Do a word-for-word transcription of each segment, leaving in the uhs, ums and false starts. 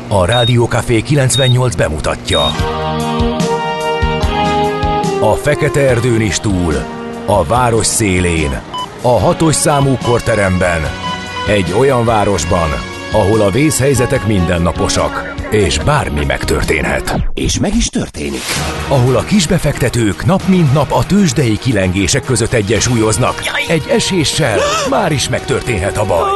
A Rádiókafé kilencvennyolc bemutatja. A fekete erdőn is túl, a város szélén, a hatos számú korteremben, egy olyan városban, ahol a vészhelyzetek mindennaposak, és bármi megtörténhet. És meg is történik. Ahol a kisbefektetők nap mint nap a tőzsdei kilengések között egyensúlyoznak, egy eséssel már is megtörténhet a baj.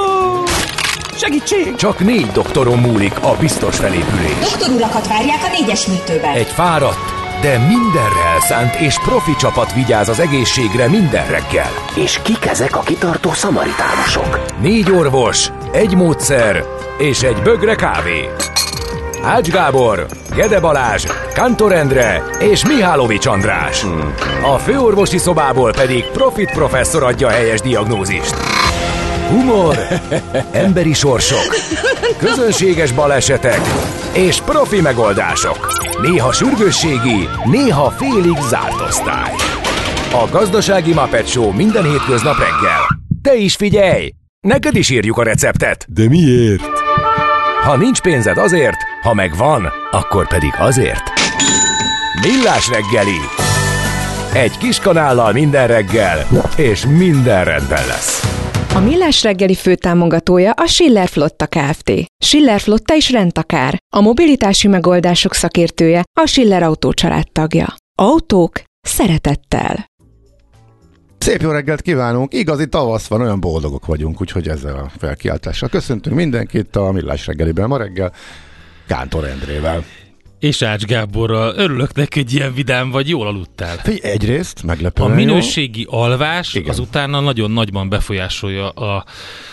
Segítség! Csak négy doktoron múlik a biztos felépülés. Doktor urakat várják a négyes műtőben. Egy fáradt, de mindenre elszánt és profi csapat vigyáz az egészségre minden reggel. És kik ezek a kitartó szamaritánusok? Négy orvos, egy módszer és egy bögre kávé. Ács Gábor, Gede Balázs, Kántor Endre és Mihálovics András. Hmm. A főorvosi szobából pedig Profit professzor adja a helyes diagnózist. Humor, emberi sorsok, közönséges balesetek és profi megoldások. Néha sürgősségi, néha félig zárt osztály. A Gazdasági Muppet Show minden hétköznap reggel. Te is figyelj! Neked is írjuk a receptet. De miért? Ha nincs pénzed azért, ha megvan, akkor pedig azért. Millás reggeli. Egy kis kanállal minden reggel, és minden rendben lesz. A Millás reggeli főtámogatója a Schiller Flotta Kft. Schiller Flotta is rendtakár. A mobilitási megoldások szakértője, a Schiller Autó család tagja. Autók szeretettel. Szép jó reggelt kívánunk! Igazi tavasz van, olyan boldogok vagyunk, úgyhogy ezzel a felkiáltással köszöntünk mindenkit a Millás reggeliben ma reggel Kántor Endrével. És Ács Gáborral. Örülök neki, hogy ilyen vidám vagy, jól aludtál. Figyelj, egyrészt meglepően A minőségi jó. alvás, Igen. az utána nagyon nagyban befolyásolja a,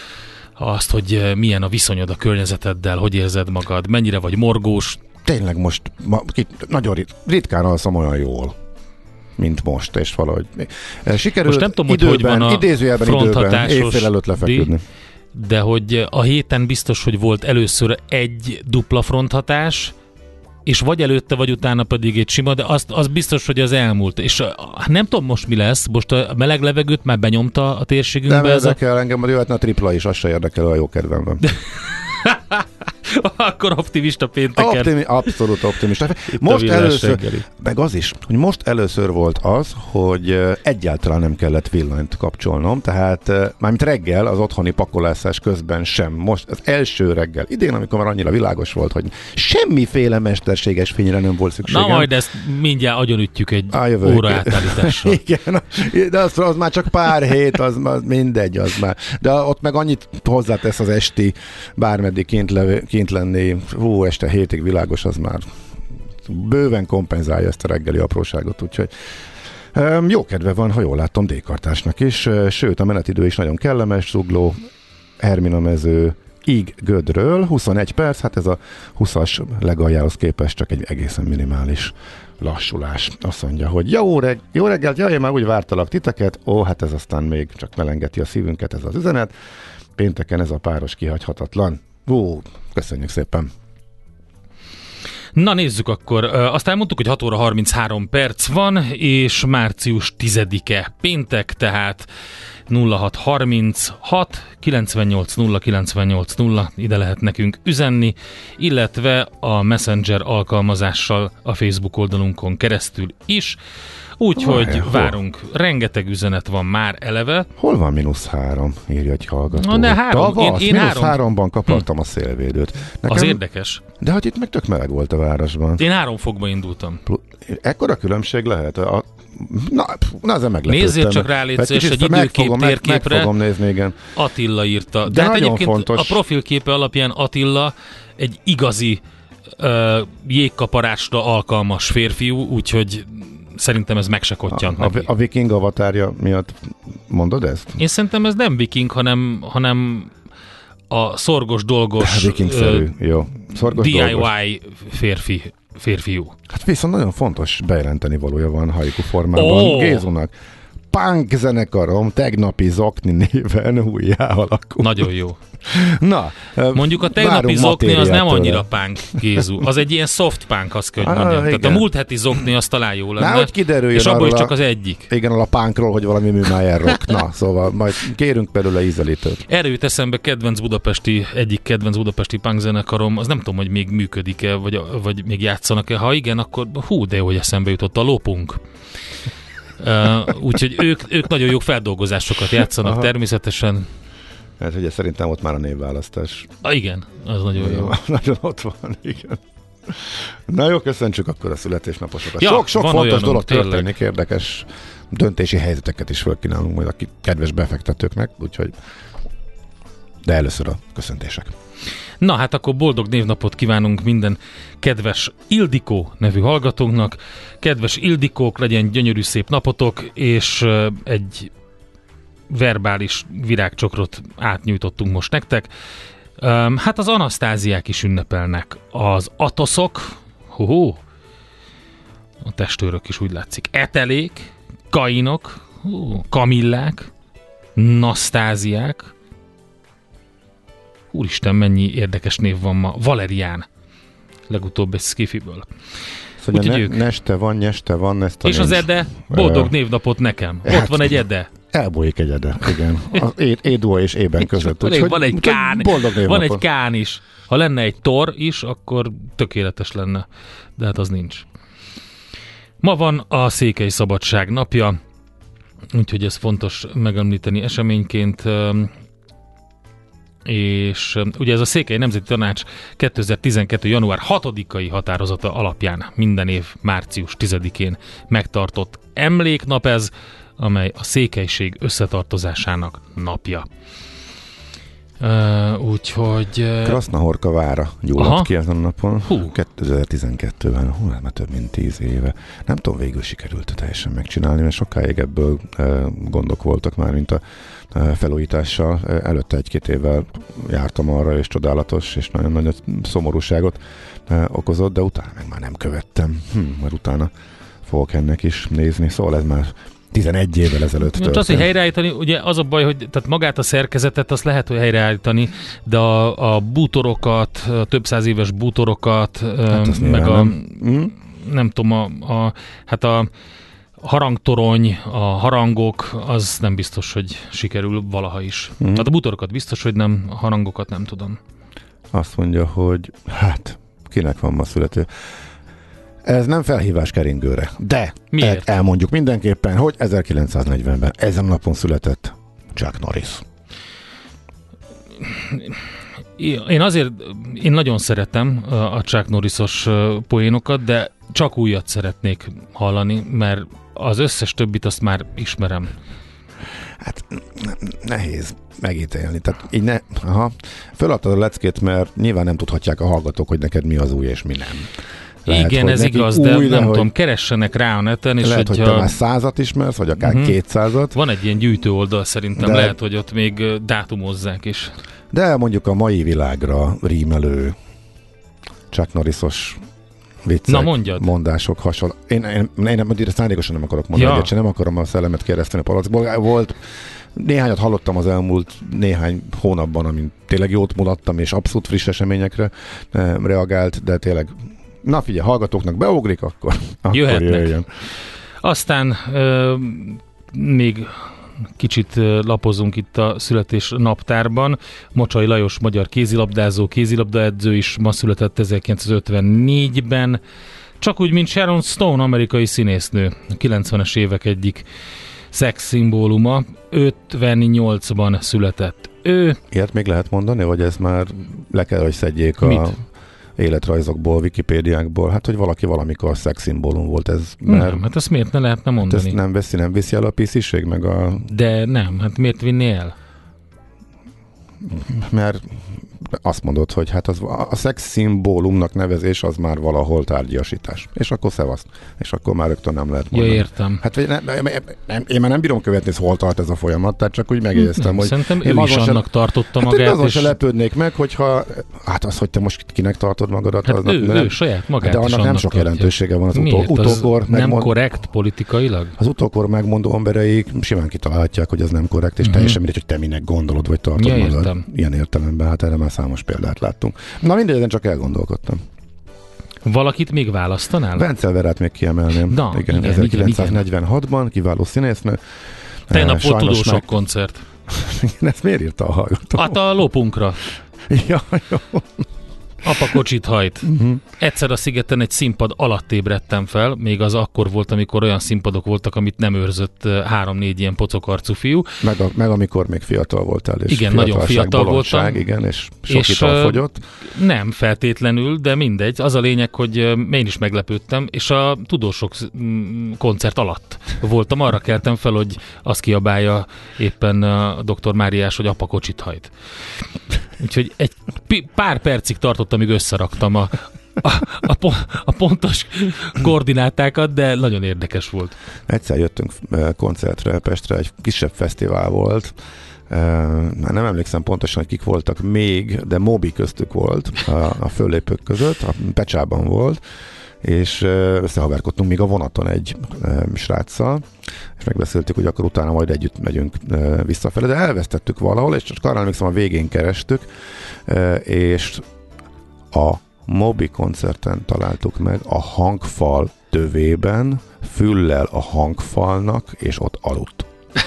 azt, hogy milyen a viszonyod a környezeteddel, hogy érzed magad, mennyire vagy morgós. Tényleg most ma, nagyon rit, ritkán alszom olyan jól, mint most, és valahogy sikerült most nem tudom, időben, hogy hogy van a idézőjelben időben, évfél előtt lefeküdni. De hogy a héten biztos, hogy volt először egy dupla fronthatás, és vagy előtte, vagy utána pedig egy sima, de az, az biztos, hogy az elmúlt. És nem tudom most mi lesz, most a meleg levegőt már benyomta a térségünkbe. Nem érdekel a... engem, hogy jöhetne a tripla is, az se érdekel, a jó kedvemben. Akkor optimista pénteken. Optimi, abszolút optimista. Itt most először, reggeli. meg az is, hogy most először volt az, hogy egyáltalán nem kellett villanyt kapcsolnom, tehát mármint reggel az otthoni pakolászás közben sem. Most az első reggel idén, amikor már annyira világos volt, hogy semmiféle mesterséges fényre nem volt szükségem. Na majd ezt mindjárt agyonütjük egy jövő, óra átállítással. Igen, de az, az már csak pár hét, az, az mindegy, az már. De ott meg annyit hozzátesz az esti, bármeddig kint, levő, kint lenni, hú, este hétig világos, az már bőven kompenzálja ezt a reggeli apróságot, úgyhogy um, jó kedve van, ha jól látom, D-kartásnak is, sőt a menetidő is nagyon kellemes, Zugló, Hermina mező, Ig Gödről, huszonegy perc, hát ez a huszas legaljához képest csak egy egészen minimális lassulás. Azt mondja, hogy jó, reg- jó reggelt, jaj, én már úgy vártalak titeket, ó, hát ez aztán még csak melengeti a szívünket ez az üzenet, pénteken ez a páros kihagyhatatlan. Ó, köszönjük szépen! Na nézzük akkor. Azt elmondtuk, hogy hat óra harminchárom perc van, és március tizedike péntek, tehát nulla hat harminchat kilencvennyolc nulla kilencvennyolc nulla, ide lehet nekünk üzenni, illetve a Messenger alkalmazással a Facebook oldalunkon keresztül is. Úgyhogy várunk, rengeteg üzenet van már eleve. Hol van mínusz három, írja egy hallgató. Na de három, Tavasz, én, én mínusz három. háromban kapartam hm. a szélvédőt. Nekem... Az érdekes. De hogy itt meg tök meleg volt a városban. Én három fokba indultam. Ekkora különbség lehet? A... Na, na ezzel meglepődtem. Nézzél csak rá, légy szíves, egy időkép térképre. Meg, meg fogom nézni, igen. Attila írta. De hát nagyon egyébként fontos. A profilképe alapján Attila egy igazi uh, jégkaparásra alkalmas férfiú, úgyhogy szerintem ez meg se kottyant a, a, a viking avatárja miatt mondod ezt? Én szerintem ez nem viking, hanem, hanem a szorgos dolgos vikingszerű, uh, jó. Szorgos dé i vé dolgos. férfi, férfiú. Hát viszont nagyon fontos bejelenteni valója van haiku formában oh. Gézunak. punk zenekarom tegnapi zokni néven újjá alakul. Nagyon jó. Na, mondjuk a tegnapi zokni az nem annyira punk, Gézu. Az egy ilyen soft punk, azt kell, hogy ah, mondjam. igen. Tehát a múlt heti zokni az talán jó lenne. Na, hogy kiderüljön és abból is a, csak az egyik. Igen, a punkról, hogy valami Műmájer rock. Na, szóval majd kérünk belőle ízelítőt. Erről jut eszembe kedvenc budapesti, egyik kedvenc budapesti punk zenekarom, az nem tudom, hogy még működik-e, vagy, vagy még játszanak-e. Ha igen, akkor hú, de jó, hogy eszembe jutott a Lópunk. Uh, úgyhogy ők, ők nagyon jó feldolgozásokat játszanak. Aha. Természetesen. Hát ugye szerintem ott már a névválasztás. Ah, igen, az nagyon jó. Nagyon ott van, igen. Na jó, köszöntsük akkor a születésnaposokat. Ja, Sok-sok fontos olyanunk, dolog történik, tényleg. Érdekes döntési helyzeteket is fölkínálunk majd a kedves befektetőknek, úgyhogy de először a köszöntések. Na hát akkor boldog névnapot kívánunk minden kedves Ildikó nevű hallgatónknak. Kedves Ildikók, legyen gyönyörű szép napotok, és egy verbális virágcsokrot átnyújtottunk most nektek. Hát az Anasztáziák is ünnepelnek. Az Atoszok, hú, a testőrök is úgy látszik, Etelék, Kainok, hú, Kamillák, Nasztáziák. Úristen, mennyi érdekes név van ma. Valerián. Legutóbb egy skifiből. Szóval ne, ők... Neste van, nyeste van. Ezt és az Ede, boldog uh, névnapot nekem. Hát, ott van egy Ede. Elbújik egy Ede, igen. Az Édó és Ében között. Úgy, van egy Kán. Boldog van egy Kán is. Ha lenne egy Tor is, akkor tökéletes lenne. De hát az nincs. Ma van a Székely Szabadság napja, úgyhogy ez fontos megemlíteni eseményként. És ugye ez a Székely Nemzeti Tanács kétezer-tizenkettő. január hatodikai határozata alapján minden év március tizedikén megtartott emléknap ez, amely a székelység összetartozásának napja. Uh, úgyhogy... Uh... Krasznahorka vára gyulladt ki ezen a napon. Hú. kétezer-tizenkettőben, hú, már több mint tíz éve. Nem tudom, végül sikerült teljesen megcsinálni, mert sokáig ebből uh, gondok voltak már, mint a uh, felújítással. Uh, előtte egy-két évvel jártam arra, és csodálatos, és nagyon nagy szomorúságot uh, okozott, de utána meg már nem követtem. Hm, mert utána fogok ennek is nézni, szóval ez már tizenegy évvel ezelőtt történt. Az, hogy helyreállítani, ugye az a baj, hogy tehát magát a szerkezetet azt lehet, hogy helyreállítani, de a, a bútorokat, a több száz éves bútorokat, hát meg a nem, nem tudom, a, a, hát a harangtorony, a harangok, az nem biztos, hogy sikerül valaha is. Mm. Tehát a bútorokat biztos, hogy nem, a harangokat nem tudom. Azt mondja, hogy hát, kinek van ma születő? Ez nem felhívás keringőre, de miért? Elmondjuk mindenképpen, hogy ezerkilencszáznegyvenben ezen napon született Chuck Norris. Én azért, én nagyon szeretem a Chuck Norrisos poénokat, de csak újat szeretnék hallani, mert az összes többit azt már ismerem. Hát nehéz megítélni. Tehát így ne, aha, föladtad a leckét, mert nyilván nem tudhatják a hallgatók, hogy neked mi az új és mi nem. Lehet, igen, ez igaz, de új, nem de tudom, keressenek rá a neten. És lehet, hogyha... hogy te már százat ismersz, vagy akár uh-huh. kétszázat. Van egy ilyen gyűjtő oldal szerintem, de... lehet, hogy ott még dátumozzák is. De mondjuk a mai világra rímelő Chuck Norrisos viccek, mondások hasonló. Én, én, én, én, én szándékosan nem akarok mondani, ja. nem akarom a szellemet kereszteni a palackból. Volt, néhányat hallottam az elmúlt néhány hónapban, amin tényleg jót mulattam, és abszolút friss eseményekre eh, reagált, de tényleg na figyelj, hallgatóknak beugrik, akkor, akkor jöjjön. Aztán ö, még kicsit lapozunk itt a születésnaptárban. Mocsai Lajos magyar kézilabdázó, kézilabdaedző is ma született ezerkilencszázötvennégyben. Csak úgy, mint Sharon Stone, amerikai színésznő. A kilencvenes évek egyik szexszimbóluma. ötvennyolcban született ő. Ilyet még lehet mondani, vagy ez már le kell, hogy szedjék a... Mit? Életrajzokból, Wikipédiákból, hát hogy valaki valamikor szexszimbólum volt ez. Mert nem, hát ezt miért ne lehetne mondani? Ezt nem veszi, nem viszi el a pisziség, meg a... De nem, hát miért vinné el? Mert azt mondod, hogy hát az, a szexszimbólumnak nevezés az már valahol tárgyasítás. És akkor szevaszt. És akkor már rögtön nem lehet mondani. Ja, értem. Hát nem, nem, nem, én már nem bírom követni, hol tart ez a folyamat, tehát csak úgy megjegyeztem, hogy... Szerintem én ő is annak se, tartotta hát magát. Hát azon és... se lepődnék meg, hogyha... Hát az, hogy te most kinek tartod magadat, hát az ő, nem, ő saját magát de annak is nem annak sok tartja. jelentősége van az utó, Miért? utókor. Az nem megmond, korrekt politikailag? az utókor megmondó embereik simán kitalálhatják, hogy ez nem korrekt, és uh-huh. teljesen mindegy, hogy te minek gondolod, vagy tartod ja, magad. értem. Ilyen értelemben, hát erre már számos példát láttunk. Na mindegy, ezen csak elgondolkodtam. Valakit még választanál? Vencel Verát még kiemelném. Na, igen, igen, ezerkilencszáznegyvenhatban kiváló színésznő. Tegnap volt tudósok meg... koncert. Ezt miért írta a hallgató? Hát a lopunkra. Ja, jó. Apa kocsit hajt. Uh-huh. Egyszer a szigeten egy színpad alatt ébredtem fel, még az akkor volt, amikor olyan színpadok voltak, amit nem őrzött három-négy ilyen pocokarcú fiú. Meg, a, meg amikor még fiatal voltál, és igen, nagyon fiatal voltam. Igen, és sok és ital fogyott. Nem feltétlenül, de mindegy. Az a lényeg, hogy én is meglepődtem, és a tudósok koncert alatt voltam. Arra keltem fel, hogy azt kiabálja éppen a doktor Máriás, hogy apa kocsit hajt. Úgyhogy egy pár percig tartott, amíg összeraktam a, a, a, po, a pontos koordinátákat, de nagyon érdekes volt. Egyszer jöttünk koncertre Pestre, egy kisebb fesztivál volt. Már nem emlékszem pontosan, hogy kik voltak még, de Mobi köztük volt a, a föllépők között, a Pecsában volt, és összehaverkodtunk még a vonaton egy sráccal, és megbeszéltük, hogy akkor utána majd együtt megyünk visszafele, de elvesztettük valahol, és csak arra emlékszem, a végén kerestük, és a Mobi koncerten találtuk meg a hangfal tövében, füllel a hangfalnak, és ott aludt.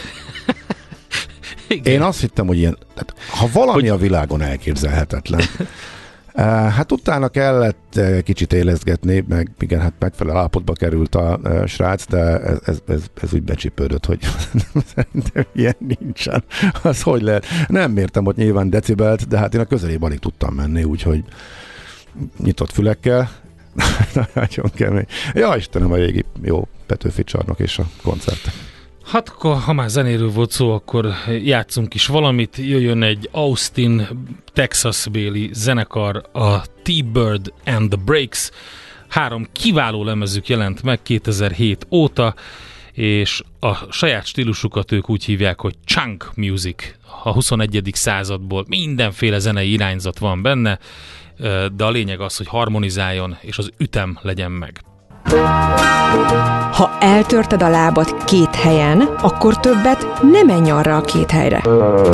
Igen. Én azt hittem, hogy ilyen, tehát, ha valami hogy... a világon elképzelhetetlen. Uh, hát utána kellett uh, kicsit élezgetni, meg igen, hát megfelelő állapotba került a uh, srác, de ez, ez, ez, ez úgy becsipődött, hogy szerintem ilyen nincsen. Az hogy lehet? Nem mértem ott nyilván decibelt, de hát én a közelébe alig tudtam menni, úgyhogy nyitott fülekkel. Nagyon kemény. Ja, Istenem, a régi jó Petőfi csarnok és a koncert. Hát akkor, ha már zenéről volt szó, akkor játszunk is valamit. Jöjjön egy Austin, Texas-béli zenekar, a T-Bird and the Breaks. Három kiváló lemezük jelent meg kétezer-hét óta, és a saját stílusukat ők úgy hívják, hogy chunk music. A huszonegyedik századból mindenféle zenei irányzat van benne, de a lényeg az, hogy harmonizáljon, és az ütem legyen meg. Ha eltörted a lábad két helyen, akkor többet nem menj arra a két helyre.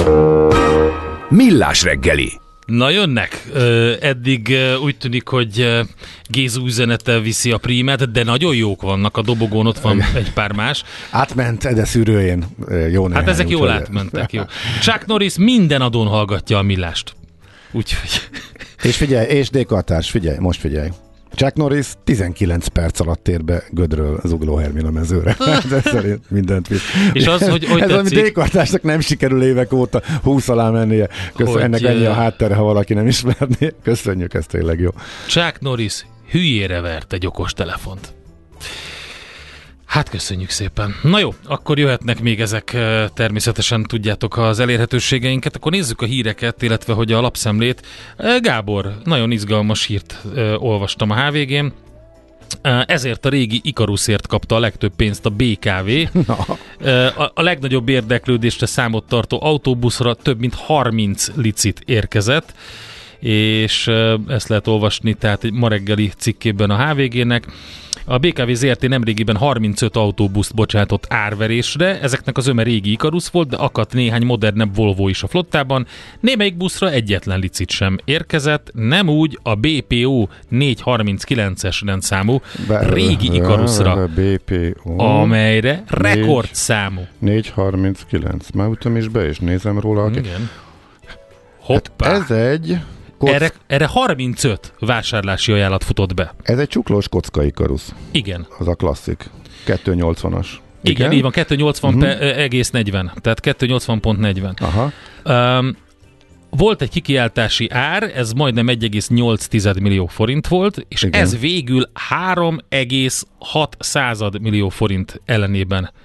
Millás reggeli. Na jönnek. Eddig úgy tűnik, hogy Gézu üzenete viszi a prímet, de nagyon jók vannak. A dobogón ott van egy pár más. Átment Ede szűrőjén. Jó néhány, hát ezek jól úgy, átmentek. Jó. Chuck Norris minden adón hallgatja a Millást. Úgyhogy... És figyelj, és D-kartárs, figyelj, most figyelj. Chuck Norris tizenkilenc perc alatt ér be Gödről Zugló Hermina mezőre. Ez szerint mindent visz. És az, hogy, hogy ez tetszik... ami D-kartásnak nem sikerül évek óta húsz alá mennie. Köszön, ennek ennyi a háttere, ha valaki nem ismerné. Köszönjük, ez tényleg jó. Chuck Norris hülyére vert egy okos telefont. Hát köszönjük szépen. Na jó, akkor jöhetnek még ezek, természetesen tudjátok az elérhetőségeinket, akkor nézzük a híreket, illetve hogy a lapszemlét. Gábor, nagyon izgalmas hírt olvastam a há vé gén. Ezért a régi Ikarusért kapta a legtöbb pénzt a bé ká vé. A, a legnagyobb érdeklődésre számot tartó autóbuszra több mint harminc licit érkezett, és ezt lehet olvasni, tehát egy ma reggeli cikkében a há vé gének. A bé ká vé zé er té nemrégiben harmincöt autóbuszt bocsátott árverésre, ezeknek az öme régi Ikarus volt, de akadt néhány modernebb Volvo is a flottában. Némelyik buszra egyetlen licit sem érkezett, nem úgy a bé pé o négyszázharminckilences rendszámú régi Ikarusra, bé pé o, amelyre rekordszámú. négyszázharminckilenc, már utam is be, és nézem róla. Igen. Hoppá. Hát ez egy... Kock... Erre, erre harmincöt vásárlási ajánlat futott be. Ez egy csuklós kocka Ikarus. Igen. Az a klasszik. kétszáznyolcvanas. Igen, Igen, így van, kétszáznyolcvan uh-huh. egész negyven. Tehát kétszáznyolcvan pont negyven. Aha. Um, volt egy kikiáltási ár, ez majdnem egy egész nyolc millió forint volt, és Igen. ez végül három egész hat millió forint ellenében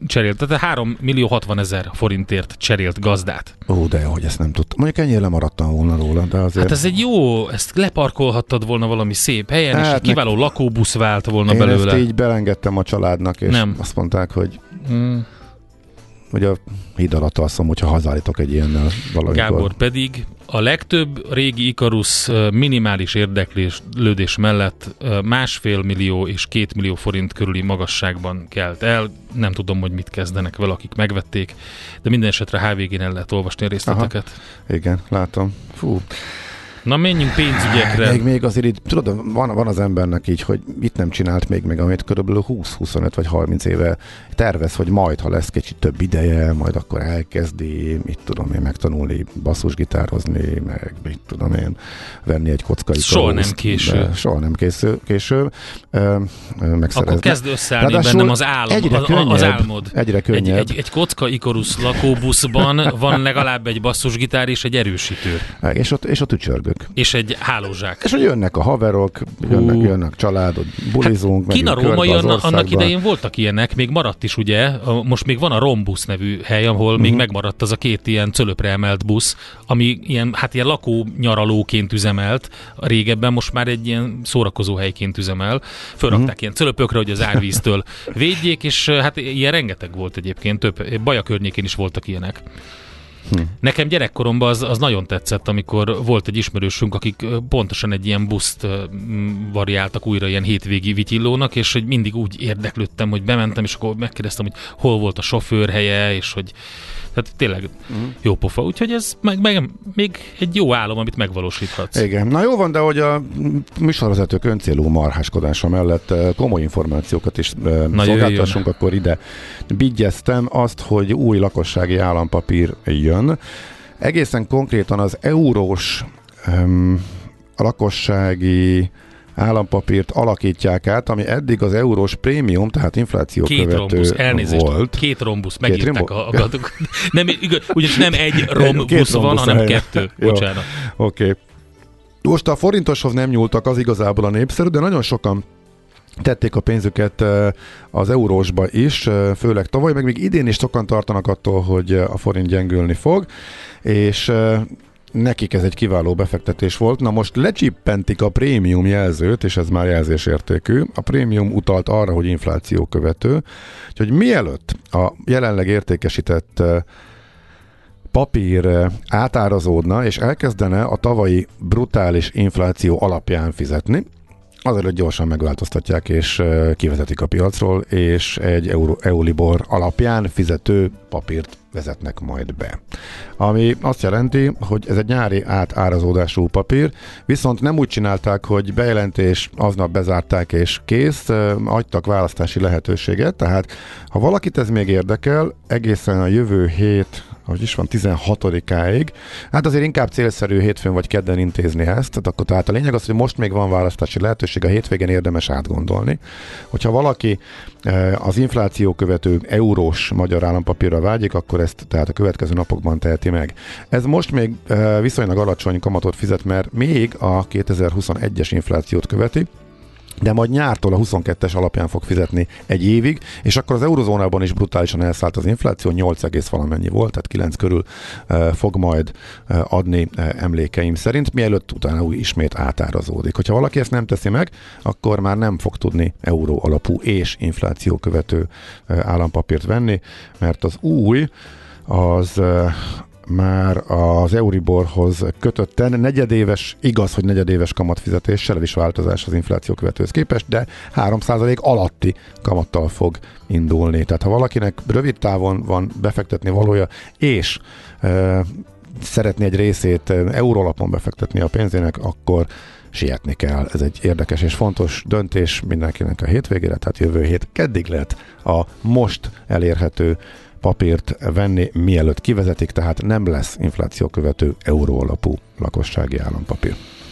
cserélt, tehát három millió hatvan ezer forintért cserélt gazdát. Ó, de hogy ezt nem tudtam. Mondjuk ennyire lemaradtam volna róla, de azért... Hát ez egy jó, ezt leparkolhattad volna valami szép helyen, hát és egy kiváló nek... lakóbusz vált volna én belőle. Én ezt így belengedtem a családnak, és nem. azt mondták, hogy... Hmm. hogy a híd alatt alszom, hogyha hazállítok egy ilyennel valamikor. Gábor pedig a legtöbb régi Ikarus minimális érdeklődés mellett másfél millió és két millió forint körüli magasságban kelt el. Nem tudom, hogy mit kezdenek vele, akik megvették, de minden esetre há vé gén el lehet olvasni a részleteket. Aha. Igen, látom. Fú. Na, menjünk pénzügyekre. Még, még azért így, tudod, van, van az embernek így, hogy mit nem csinált még, meg amit körülbelül húsz, huszonöt vagy harminc éve tervez, hogy majd, ha lesz kicsit több ideje, majd akkor elkezdi, mit tudom én, megtanulni basszusgitározni, meg mit tudom én, venni egy kockai Soha nem késő. Soha nem készül, késő. Megszerezni. Akkor kezd összeállni bennem az álom, egyre az, könnyebb, az álmod. Egyre könnyebb. Egy, egy, egy kocka Ikarus lakóbuszban van legalább egy basszusgitár és egy erősítő. És ott, és ott ücsörgök. És egy hálózsák. És hogy jönnek a haverok, jönnek, jönnek családod, bulizunk, hát Kína Róma jön, annak idején voltak ilyenek, még maradt is ugye, most még van a Rombusz nevű hely, ahol uh-huh. még megmaradt az a két ilyen cölöpre emelt busz, ami ilyen, hát ilyen lakónyaralóként üzemelt, régebben most már egy ilyen szórakozó helyként üzemel. Fölrakták uh-huh. ilyen cölöpökre, hogy az árvíztől védjék, és hát ilyen rengeteg volt egyébként, több, Baja környékén is voltak ilyenek. Hm. Nekem gyerekkoromban az, az nagyon tetszett, amikor volt egy ismerősünk, akik pontosan egy ilyen buszt variáltak újra ilyen hétvégi vityillónak, és hogy mindig úgy érdeklődtem, hogy bementem, és akkor megkérdeztem, hogy hol volt a sofőr helye, és hogy tehát tényleg mm. jó pofa. Úgyhogy ez meg, meg, még egy jó álom, amit megvalósíthatsz. Igen. Na jó van, de hogy a műsorvezetők öncélú marháskodása mellett komoly információkat is Na szolgáltassunk, akkor ide bigyeztem azt, hogy új lakossági állampapír jön. Egészen konkrétan az eurós um, lakossági állampapírt alakítják át, ami eddig az eurós prémium, tehát infláció két követő rombusz, elnézést, volt. Két rombusz, megírták a hallgatók. Nem, ugyanis nem egy rombusz van, rombusz hanem helyen. kettő. Bocsánat. Oké. Okay. Most a forintoshoz nem nyúltak, az igazából a népszerű, de nagyon sokan tették a pénzüket az eurósba is, főleg tavaly, meg még idén is sokan tartanak attól, hogy a forint gyengülni fog, és nekik ez egy kiváló befektetés volt. Na most lecsippentik a prémium jelzőt, és ez már jelzésértékű. A prémium utalt arra, hogy infláció követő. Úgyhogy mielőtt a jelenleg értékesített papír átárazódna, és elkezdene a tavalyi brutális infláció alapján fizetni, azelőtt gyorsan megváltoztatják, és kivezetik a piacról, és egy Euro, Euribor alapján fizető papírt vezetnek majd be. Ami azt jelenti, hogy ez egy nyári átárazódású papír, viszont nem úgy csinálták, hogy bejelentés, aznap bezárták és kész, adtak választási lehetőséget, tehát ha valakit ez még érdekel, egészen a jövő hét, ahogy is van, tizenhatodikáig. Hát azért inkább célszerű hétfőn vagy kedden intézni ezt, tehát akkor tehát a lényeg az, hogy most még van választási lehetőség, a hétvégén érdemes átgondolni. Hogyha valaki az infláció követő eurós magyar állampapírra vágyik, akkor ezt tehát a következő napokban teheti meg. Ez most még viszonylag alacsony kamatot fizet, mert még a kétezer-huszonegyes inflációt követi, de majd nyártól a huszonkettes alapján fog fizetni egy évig, és akkor az eurozónában is brutálisan elszállt az infláció, nyolc egész valamennyi volt, tehát kilenc körül uh, fog majd uh, adni uh, emlékeim szerint, mielőtt utána új ismét átárazódik. Hogyha valaki ezt nem teszi meg, akkor már nem fog tudni euró alapú és infláció követő uh, állampapírt venni, mert az új az uh, már az Euriborhoz kötötten negyedéves, igaz, hogy negyedéves kamatfizetéssel, ez is változás az infláció követőhöz képest, de három százalék alatti kamattal fog indulni. Tehát ha valakinek rövid távon van befektetni valója, és e, szeretné egy részét eurólapon befektetni a pénzének, akkor sietni kell. Ez egy érdekes és fontos döntés mindenkinek a hétvégére, tehát jövő hét keddig lehet a most elérhető papírt venni, mielőtt kivezetik, tehát nem lesz infláció követő euró alapú lakossági állampapír.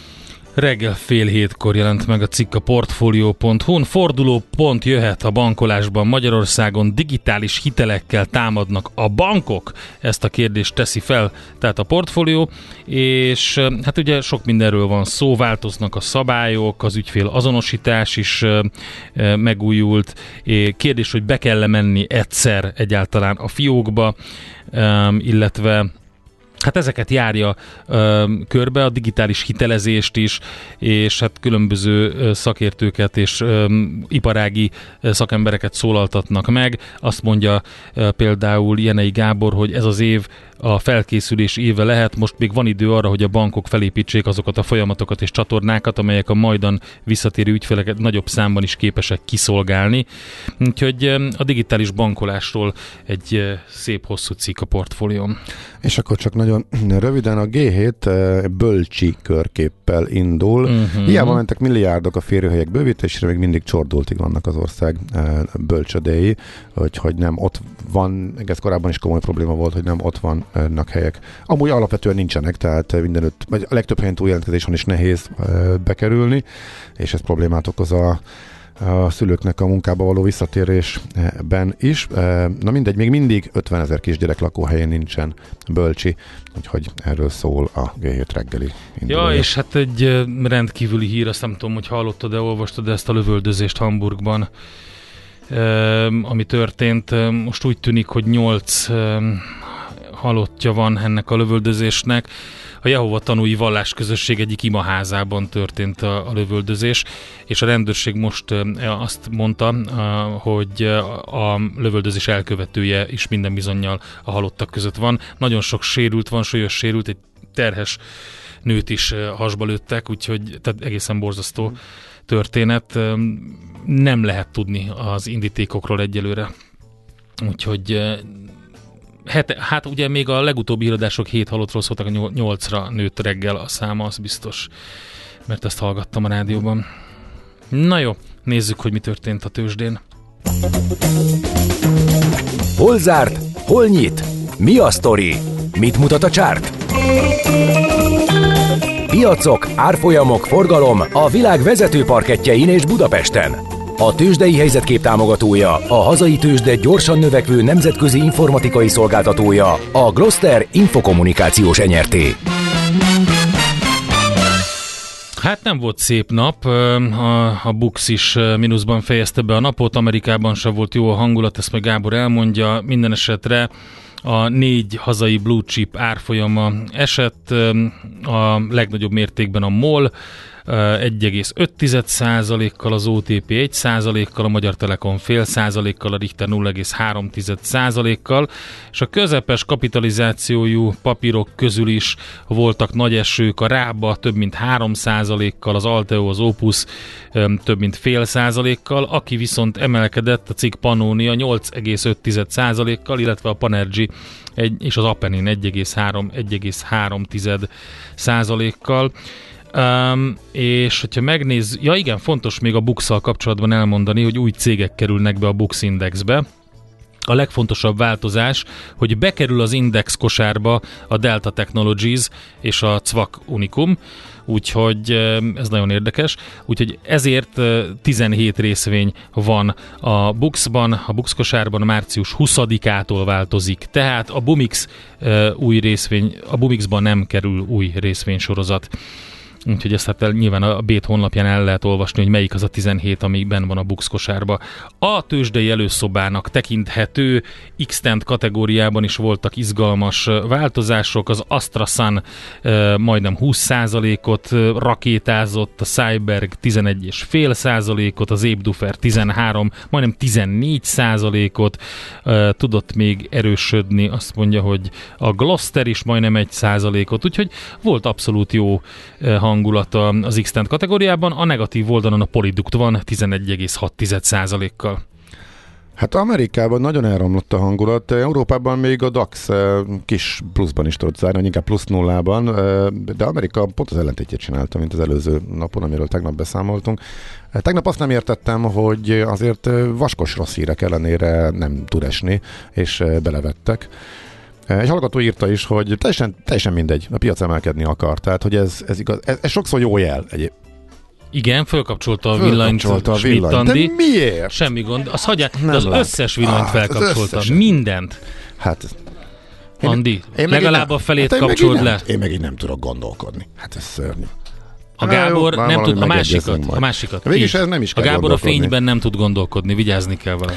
Reggel fél hétkor jelent meg a cikk a portfolio pont hu-n. Fordulópont jöhet a bankolásban Magyarországon, digitális hitelekkel támadnak a bankok? Ezt a kérdést teszi fel, tehát a portfólió, és hát ugye sok mindenről van szó, változnak a szabályok, az ügyfél azonosítás is megújult. Kérdés, hogy be kell menni egyszer egyáltalán a fiókba, illetve hát ezeket járja ö, körbe, a digitális hitelezést is, és hát különböző ö, szakértőket és ö, iparági ö, szakembereket szólaltatnak meg. Azt mondja ö, például Jenei Gábor, hogy ez az év a felkészülés éve lehet, most még van idő arra, hogy a bankok felépítsék azokat a folyamatokat és csatornákat, amelyek a majdan visszatérő ügyfeleket nagyobb számban is képesek kiszolgálni. Úgyhogy a digitális bankolásról egy szép hosszú cikk a portfólión. És akkor csak nagyon röviden a gé hét bölcsi körképpel indul. Uh-huh. Hiába mentek milliárdok a férőhelyek bővítésére, még mindig csordultig vannak az ország bölcsödéi, hogy, hogy nem ott van, ez korábban is komoly probléma volt, hogy nem ott vannak helyek. Amúgy alapvetően nincsenek, tehát mindenütt, vagy a legtöbb helyen túljelentkezés van, is nehéz bekerülni, és ez problémát okoz a a szülőknek a munkába való visszatérésben is. Na mindegy, még mindig ötvenezer kisgyerek lakóhelyén nincsen bölcsi, úgyhogy erről szól a gé hét reggeli indulója. Ja, és hát egy rendkívüli hír, azt nem tudom, hogy hallottad-e, olvastad ezt a lövöldözést Hamburgban, ami történt. Most úgy tűnik, hogy nyolc halottja van ennek a lövöldözésnek. A Jehova Tanúi vallásközösség egyik imaházában történt a, a lövöldözés, és a rendőrség most azt mondta, hogy a lövöldözés elkövetője is minden bizonnyal a halottak között van. Nagyon sok sérült van, súlyos sérült, egy terhes nőt is hasba lőttek, úgyhogy tehát egészen borzasztó történet. Nem lehet tudni az indítékokról egyelőre. Úgyhogy Hát, hát ugye még a legutóbbi híradások hét halottról szóltak, a nyolcra nőtt reggel a száma, az biztos, mert ezt hallgattam a rádióban. Na jó, nézzük, hogy mi történt a tőzsdén. Hol zárt? Hol nyit? Mi a sztori? Mit mutat a csárt? Piacok, árfolyamok, forgalom a világ vezető parkettjein és Budapesten. A tőzsdei helyzetkép támogatója, a hazai tőzsde gyorsan növekvő nemzetközi informatikai szolgáltatója, a Gloster Infokommunikációs Enyerté. Hát nem volt szép nap, a, a Bux is mínuszban fejezte be a napot, Amerikában sem volt jó a hangulat, ezt meg Gábor elmondja, minden esetre a négy hazai blue chip árfolyama esett, a legnagyobb mértékben a MOL, egy egész öt százalékkal, az o té pé egy százalékkal, a Magyar Telekom fél százalékkal, a Richter nulla egész három százalékkal, és a közepes kapitalizációjú papírok közül is voltak nagy esők, a Rába több mint három százalékkal, az Alteo, az Opus több mint fél százalékkal, aki viszont emelkedett, a cikk Pannonia nyolc egész öt százalékkal, illetve a Panergy egy, és az Apenin egy egész három százalékkal. Um, és hogyha megnéz, ja igen, fontos még a Bux-szal kapcsolatban elmondani, hogy új cégek kerülnek be a Bux Indexbe. A legfontosabb változás, hogy bekerül az index kosárba a Delta Technologies és a Cvak Unicum, úgyhogy ez nagyon érdekes. Úgyhogy ezért tizenhét részvény van a Buxban, a Bux kosárban március huszadikától változik. Tehát a Bumix új részvény, a Bumixban nem kerül új részvénysorozat. Úgyhogy ezt hát nyilván a Bét honlapján el lehet olvasni, hogy melyik az a tizenhét, ami benn van a Bux kosárba. A tőzsdei előszobának tekinthető X-Tent kategóriában is voltak izgalmas változások. Az AstraZan e, majdnem húsz százalékot rakétázott, a Cyberg tizenegy egész öt százalékot, az Épdufer tizenhárom, majdnem tizennégy százalékot e, tudott még erősödni. Azt mondja, hogy a Gloster is majdnem egy százalékot, úgyhogy volt abszolút jó e, hangulata az X-Tent kategóriában, a negatív oldalon a Polyduct van tizenegy egész hat százalékkal. Hát Amerikában nagyon elromlott a hangulat, Európában még a DAX kis pluszban is tudott zárni, inkább plusz nullában, de Amerika pont az ellentétjét csinálta, mint az előző napon, amiről tegnap beszámoltunk. Tegnap azt nem értettem, hogy azért vaskos rossz hírek ellenére nem tud esni, és belevettek. Egy hallgató írta is, hogy teljesen, teljesen mindegy, a piac emelkedni akar. Tehát, hogy ez, ez igaz, ez, ez sokszor jó jel egyéb. Igen, fölkapcsolta a villanyt a Schmidt-Andi. De miért? Semmi gond. Azt hagyja, de Nem az lát. összes villanyt Ah, felkapcsolta. az Mindent. Hát... Andi, én legalább nem, a felét hát kapcsold le. Én meg így nem tudok gondolkodni. Hát ez szörnyű. A Gábor jó, nem tud, a másikat, majd. a másikat. Végülis ez nem is a kell Gábor a gondolkodni. fényben nem tud gondolkodni, vigyázni kell vele.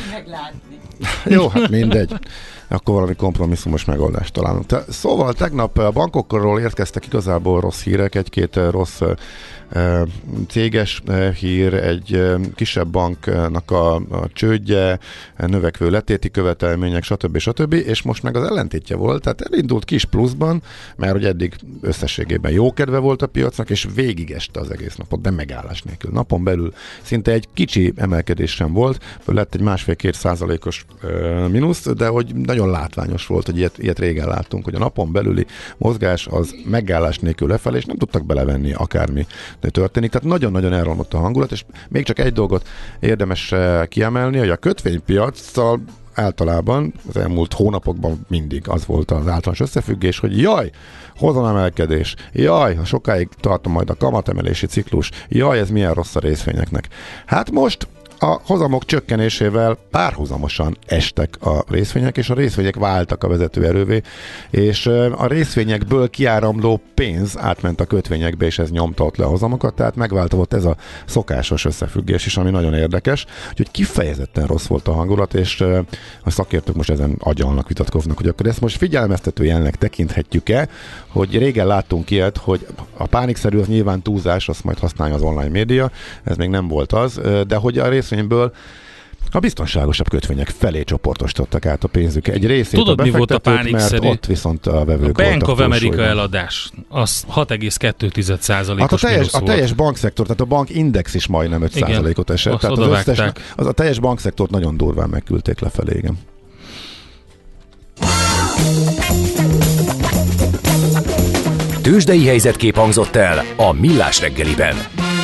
Jó, hát mindegy. Akkor valami kompromisszumos megoldást találunk. Te, szóval tegnap a bankokról érkeztek igazából rossz hírek, egy-két rossz e, céges e, hír, egy e, kisebb banknak a, a csődje, növekvő letéti követelmények, stb. stb. És most meg az ellentétje volt, tehát elindult kis pluszban, mert hogy eddig összességében jó kedve volt a piacnak, és végigeste az egész napot, de megállás nélkül. Napon belül szinte egy kicsi emelkedés sem volt, lett egy másfél-két százalékos e, mínusz, de hogy nagyon látványos volt, hogy ilyet, ilyet régen láttunk, hogy a napon belüli mozgás az megállás nélkül lefelé, és nem tudtak belevenni akármi történik. Tehát nagyon-nagyon elromlott a hangulat, és még csak egy dolgot érdemes kiemelni, hogy a kötvénypiaccal általában az elmúlt hónapokban mindig az volt az általános összefüggés, hogy jaj, hozamemelkedés, jaj, ha sokáig tartom majd a kamatemelési ciklus, jaj, ez milyen rossz a részvényeknek. Hát most a hozamok csökkenésével párhuzamosan estek a részvények, és a részvények váltak a vezető erővé, és a részvényekből kiáramló pénz átment a kötvényekbe, és ez nyomta ott le a hozamokat, tehát megváltozott ez a szokásos összefüggés is, ami nagyon érdekes, úgyhogy kifejezetten rossz volt a hangulat, és a szakértők most ezen agyalnak, vitatkoznak, hogy akkor ezt most figyelmeztető jelnek tekinthetjük-e, hogy régen láttunk ilyet, hogy a pánikszerű az nyilván túlzás, azt majd használja az online média, ez még nem volt az, de hogy a részvényből a biztonságosabb kötvények felé csoportosítottak át a pénzük. Egy részét Tudod, a mi volt a befektetők, pánikszerű? mert ott viszont a vevők A Bank voltak of America túlsúlyban. eladás, az hat egész kettő százalékos Hát a teljes, mínusz a volt. teljes bankszektor, tehát a bankindex is majdnem öt százalékot esett. azt Tehát az, összes, odavágták. az a teljes bankszektort nagyon durván megküldték lefelé, igen. Tőzsdei helyzetkép hangzott el a Millás reggeliben.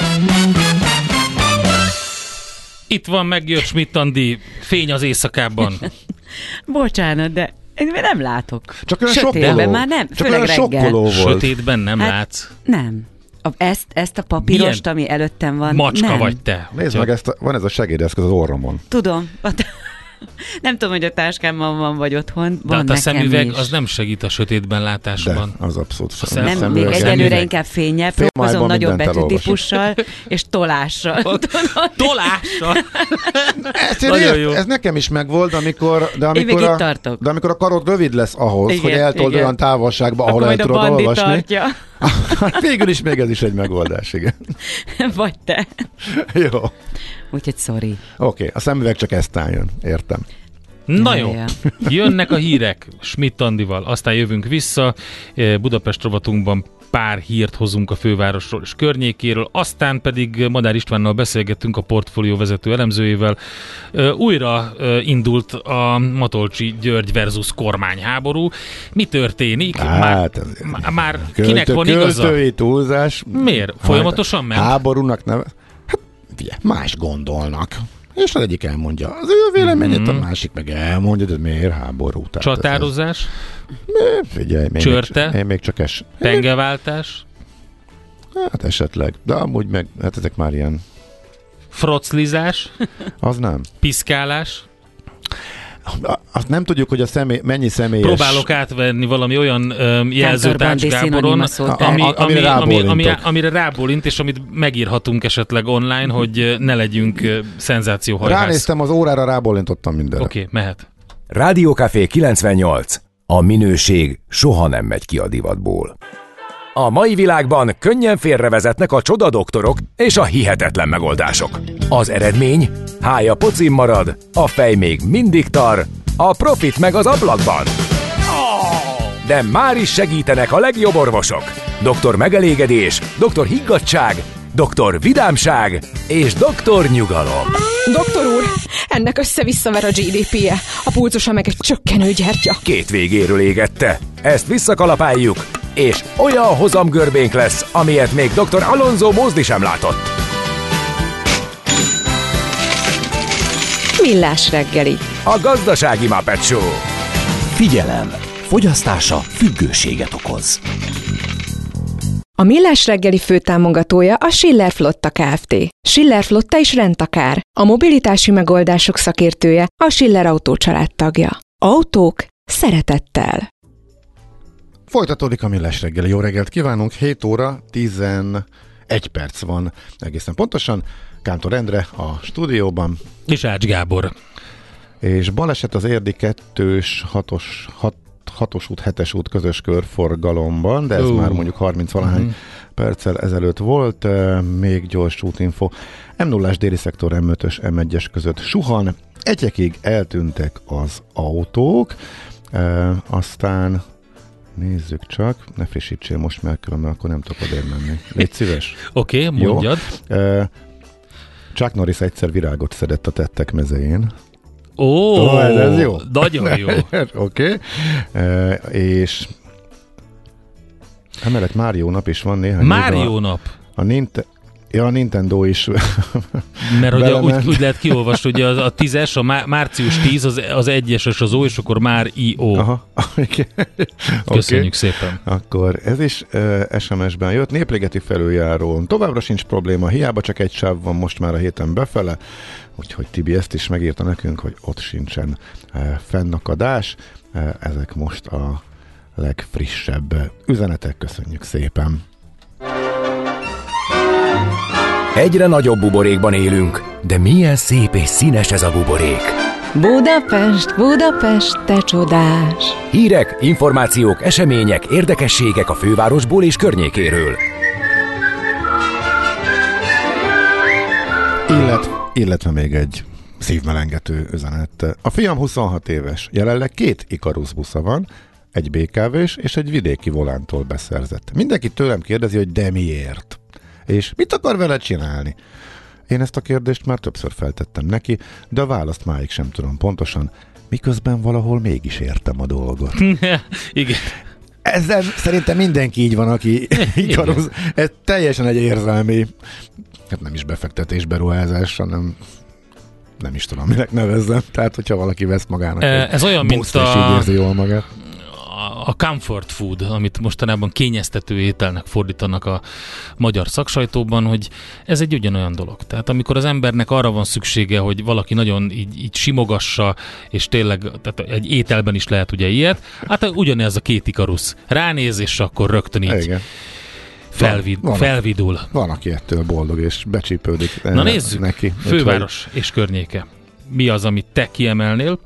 Itt van, megjött Schmidt-Andi, fény az éjszakában. Bocsánat, de én nem látok. Csak olyan Sötétben sokkoló. már nem, Csak főleg olyan reggel. sokkoló volt. Sötétben nem Hát, látsz. Nem. A, ezt, ezt a papírost, Milyen ami előttem van, Macska nem. vagy te. Nézd meg, ezt a, van ez a segédeszköz az orromon. Tudom. Nem tudom, hogy a táskámban van, vagy otthon. De Van hát a nekem szemüveg is. az nem segít a sötétben De, látásban. az abszolút A sem. szem- Nem, Nem, még szemüveg. egyelőre Szemüveg. inkább fényel, Félmájban próbálkozom nagyobb mindent elolvas. betűtípussal és tolással. Tolással! Ez, Nagyon ért, jó. ez nekem is megvolt, de amikor, de még amikor, itt a, tartok. de amikor a karod rövid lesz ahhoz, Igen, hogy eltold igen. olyan távolságba, ahol Akkor el majd a tudod bandi olvasni. tartja. Végül is még ez is egy megoldás, igen. Vagy te. Jó. Úgyhogy sorry. Oké, a szemüveg csak ezt álljon, értem. Na Ja, jó, ja. jönnek a hírek Schmidt-Andival, aztán jövünk vissza, Budapest rovatunkban pár hírt hozunk a fővárosról és környékéről, aztán pedig Madár Istvánnal beszélgettünk, a portfólió vezető elemzőjével. Újra indult a Matolcsi György versus kormányháború. Mi történik? Hát, ez már, már kinek költő, van igaza? Költői túlzás. Miért? Folyamatosan ment? Háborúnak neve. Hát, figyelj, más gondolnak. És az egyik elmondja az ő véleményét, Mhm. a másik meg elmondja, de miért háború? Tehát Csatározás? ez- Figyelj, még Csörte? Még, én még csak es. Pengeváltás? Hát esetleg. De amúgy meg, hát ezek már ilyen, Froclizás? az nem. Piszkálás? Azt nem tudjuk, hogy a személy, mennyi személyes... Próbálok átvenni valami olyan öm, jelzőtárcs Bandi Gáboron, szinonima szót. ami, A- ami, amire ami, ami, rábólintok. amire rábólint, és amit megírhatunk esetleg online, hogy ö, ne legyünk ö, szenzációhajhász. Ránéztem az órára, rábólintottam mindenre. Oké, okay, mehet. Rádiókafé kilencvennyolc. A minőség soha nem megy ki a divatból. A mai világban könnyen félrevezetnek a csodadoktorok és a hihetetlen megoldások. Az eredmény? Hája pocim marad, a fej még mindig tar, a profit meg az ablakban. De már is segítenek a legjobb orvosok. doktor Megelégedés, doktor Higgadtság, doktor Vidámság és doktor Nyugalom. Doktor úr, ennek össze-visszaver a gé dé pé-je, a pulzusa meg egy csökkenő gyertya. Két végéről égette. Ezt visszakalapáljuk, és olyan hozamgörbénk lesz, amilyet még doktor Alonso Mózdi sem látott. Millás reggeli. A gazdasági Muppet Show. Figyelem! fogyasztása függőséget okoz. A Millás reggeli főtámogatója a Schiller Flotta Kft. Schiller Flotta és rendtakár. A mobilitási megoldások szakértője, a Schiller Autó család tagja. Autók szeretettel. Folytatódik a Millás reggeli. Jó reggelt kívánunk. hét óra tizenegy perc van egészen pontosan. Kántor Endre a stúdióban. És Ács Gábor. És baleset az érdi kettős, hatos, hat, hatos út, hetes út közös körforgalomban, de ez uh. már mondjuk harminc-valahány uh-huh. perccel ezelőtt volt. Még gyors útinfo. em nullás déli szektor em ötös, em egyes között suhan. Egyekig eltűntek az autók. E, aztán nézzük csak, ne frissítsél most, mert különben akkor nem tudok odér menni. Légy szíves. Oké, okay, mondjad. E, Chuck Norris egyszer virágot szedett a tettek mezején. Ó, oh, ez, ez jó. Nagyon jó. Oké. Okay. E, és emellett Mario nap is van néhány. Mario a, nap? A Nintendo... Ja, a Nintendo is. Mert ugye úgy, úgy lehet kiolvasni, hogy a, a tízes, a má, március tíz, az, az egyeses az O, és akkor már I O. Aha. Okay. Köszönjük okay. szépen. Akkor ez is uh, es em es-ben jött. Népligeti felüljáró. Továbbra sincs probléma, hiába csak egy sáv van most már a héten befele, úgyhogy Tibi ezt is megírta nekünk, hogy ott sincsen uh, fennakadás. Uh, ezek most a legfrissebb üzenetek. Köszönjük szépen. Egyre nagyobb buborékban élünk, de milyen szép és színes ez a buborék. Budapest, Budapest, te csodás! Hírek, információk, események, érdekességek a fővárosból és környékéről. Illet, illetve még egy szívmelengető üzenet. A fiam huszonhat éves, jelenleg két Ikarus busza van, egy bé ká vés és egy vidéki volántól beszerzett. Mindenki tőlem kérdezi, hogy de miért? És mit akar vele csinálni? Én ezt a kérdést már többször feltettem neki, de a választ máig sem tudom pontosan, miközben valahol mégis értem a dolgot. Igen. Ezzel szerintem mindenki így van, aki Ikarus. Ez teljesen egy érzelmi, hát nem is befektetés, beruházás, hanem nem is tudom, minek nevezzem. Tehát, hogyha valaki vesz magának Ez egy olyan, mint a... és így érzi jól magát. A comfort food, amit mostanában kényeztető ételnek fordítanak a magyar szaksajtóban, hogy ez egy ugyanolyan dolog. Tehát amikor az embernek arra van szüksége, hogy valaki nagyon így, így simogassa, és tényleg tehát egy ételben is lehet ugye ilyet, hát ugyanez a két Ikarus. Ránéz, és akkor rögtön így igen. felvid, van, felvidul. Van, aki ettől boldog, és becsípődik. Na nézzük, neki. Főváros Úgyhogy... és környéke. Mi az, amit te kiemelnél?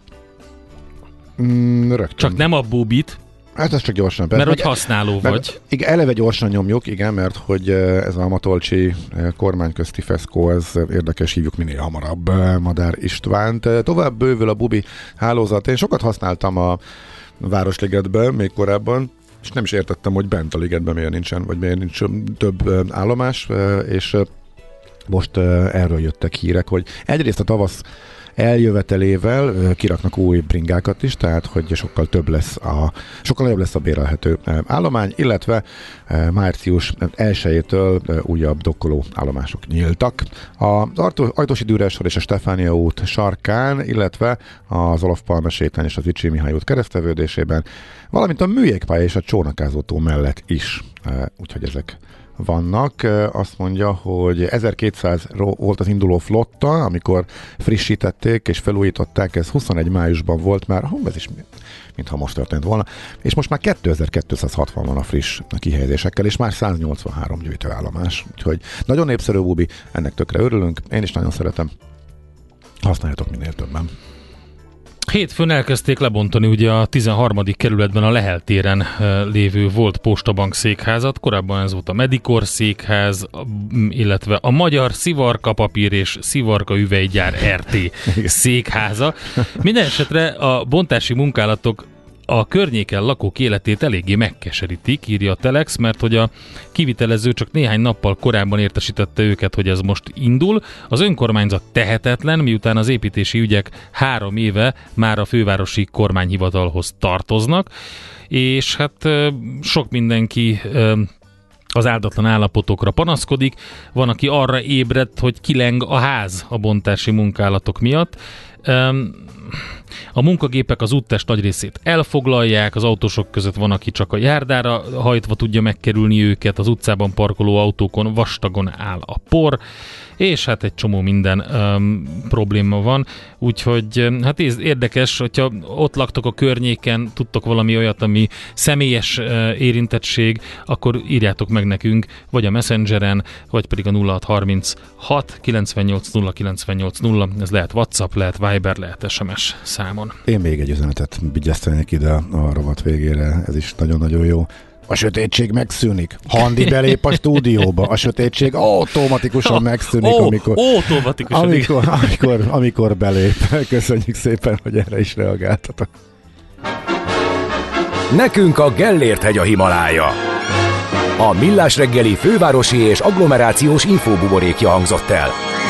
Mm, Csak nem a bubit. Hát ez csak gyorsan. Mert hogy használó meg, vagy. Igen, eleve gyorsan nyomjuk, igen, mert hogy ez a matolcsi kormányközti feszkó, ez érdekes, hívjuk minél hamarabb Madár Istvánt. Tovább bővül a bubi hálózat. Én sokat használtam a Városligetben még korábban, és nem is értettem, hogy bent a ligetben miért nincsen, vagy miért nincs több állomás, és most erről jöttek hírek, hogy egyrészt a tavasz eljövetelével kiraknak új bringákat is, tehát hogy sokkal több lesz a, sokkal nagyobb lesz a bérelhető állomány, illetve március elsejétől újabb dokkoló állomások nyíltak. Az Ajtósi Dürressor és a Stefánia út sarkán, illetve az Olof Palme sétány és az Vicsi Mihály út keresztevődésében, valamint a műjégpálya és a csónakázótó mellett is. Úgyhogy ezek vannak. Azt mondja, hogy ezerkétszáz volt az induló flotta, amikor frissítették és felújították, ez huszonegy májusban volt már, hú, ez is mintha most történt volna, és most már kétezer-kétszázhatvan van a friss kihelyezésekkel, és már száznyolcvanhárom gyűjtőállomás. Úgyhogy nagyon népszerű bubi, ennek tökre örülünk, én is nagyon szeretem. Használjátok minél többen. Hétfőn elkezdték lebontani ugye a tizenharmadik kerületben a Lehel téren lévő volt postabank székházat, korábban ez volt a Medikor székház, illetve a Magyar Szivarka Papír és Szivarka Üvelygyár er té székháza. Minden esetre a bontási munkálatok a környéken lakók életét eléggé megkeserítik, írja a Telex, mert hogy a kivitelező csak néhány nappal korábban értesítette őket, hogy ez most indul. Az önkormányzat tehetetlen, miután az építési ügyek három éve már a fővárosi kormányhivatalhoz tartoznak, és hát sok mindenki az áldatlan állapotokra panaszkodik. Van, aki arra ébredt, hogy kileng a ház a bontási munkálatok miatt. A munkagépek az úttest nagy részét elfoglalják, az autósok között van, aki csak a járdára hajtva tudja megkerülni őket, az utcában parkoló autókon vastagon áll a por, és hát egy csomó minden um, probléma van, úgyhogy hát érdekes, hogyha ott laktok a környéken, tudtok valami olyat, ami személyes uh, érintettség, akkor írjátok meg nekünk, vagy a Messengeren, vagy pedig a nulla hat harminchat kilencvennyolc nulla kilencvennyolc nulla, ez lehet WhatsApp, lehet Viber, lehet es em es számon. Én még egy üzenetet vigyáztanék ide a rovat végére, ez is nagyon-nagyon jó. A sötétség megszűnik. Handi belép a stúdióba. A sötétség automatikusan megszűnik, oh, amikor, automatikusan amikor, amikor, amikor belép. Köszönjük szépen, hogy erre is reagáltatok. Nekünk a Gellért-hegy a Himalája. A Millás reggeli fővárosi és agglomerációs infóbuborékja hangzott el.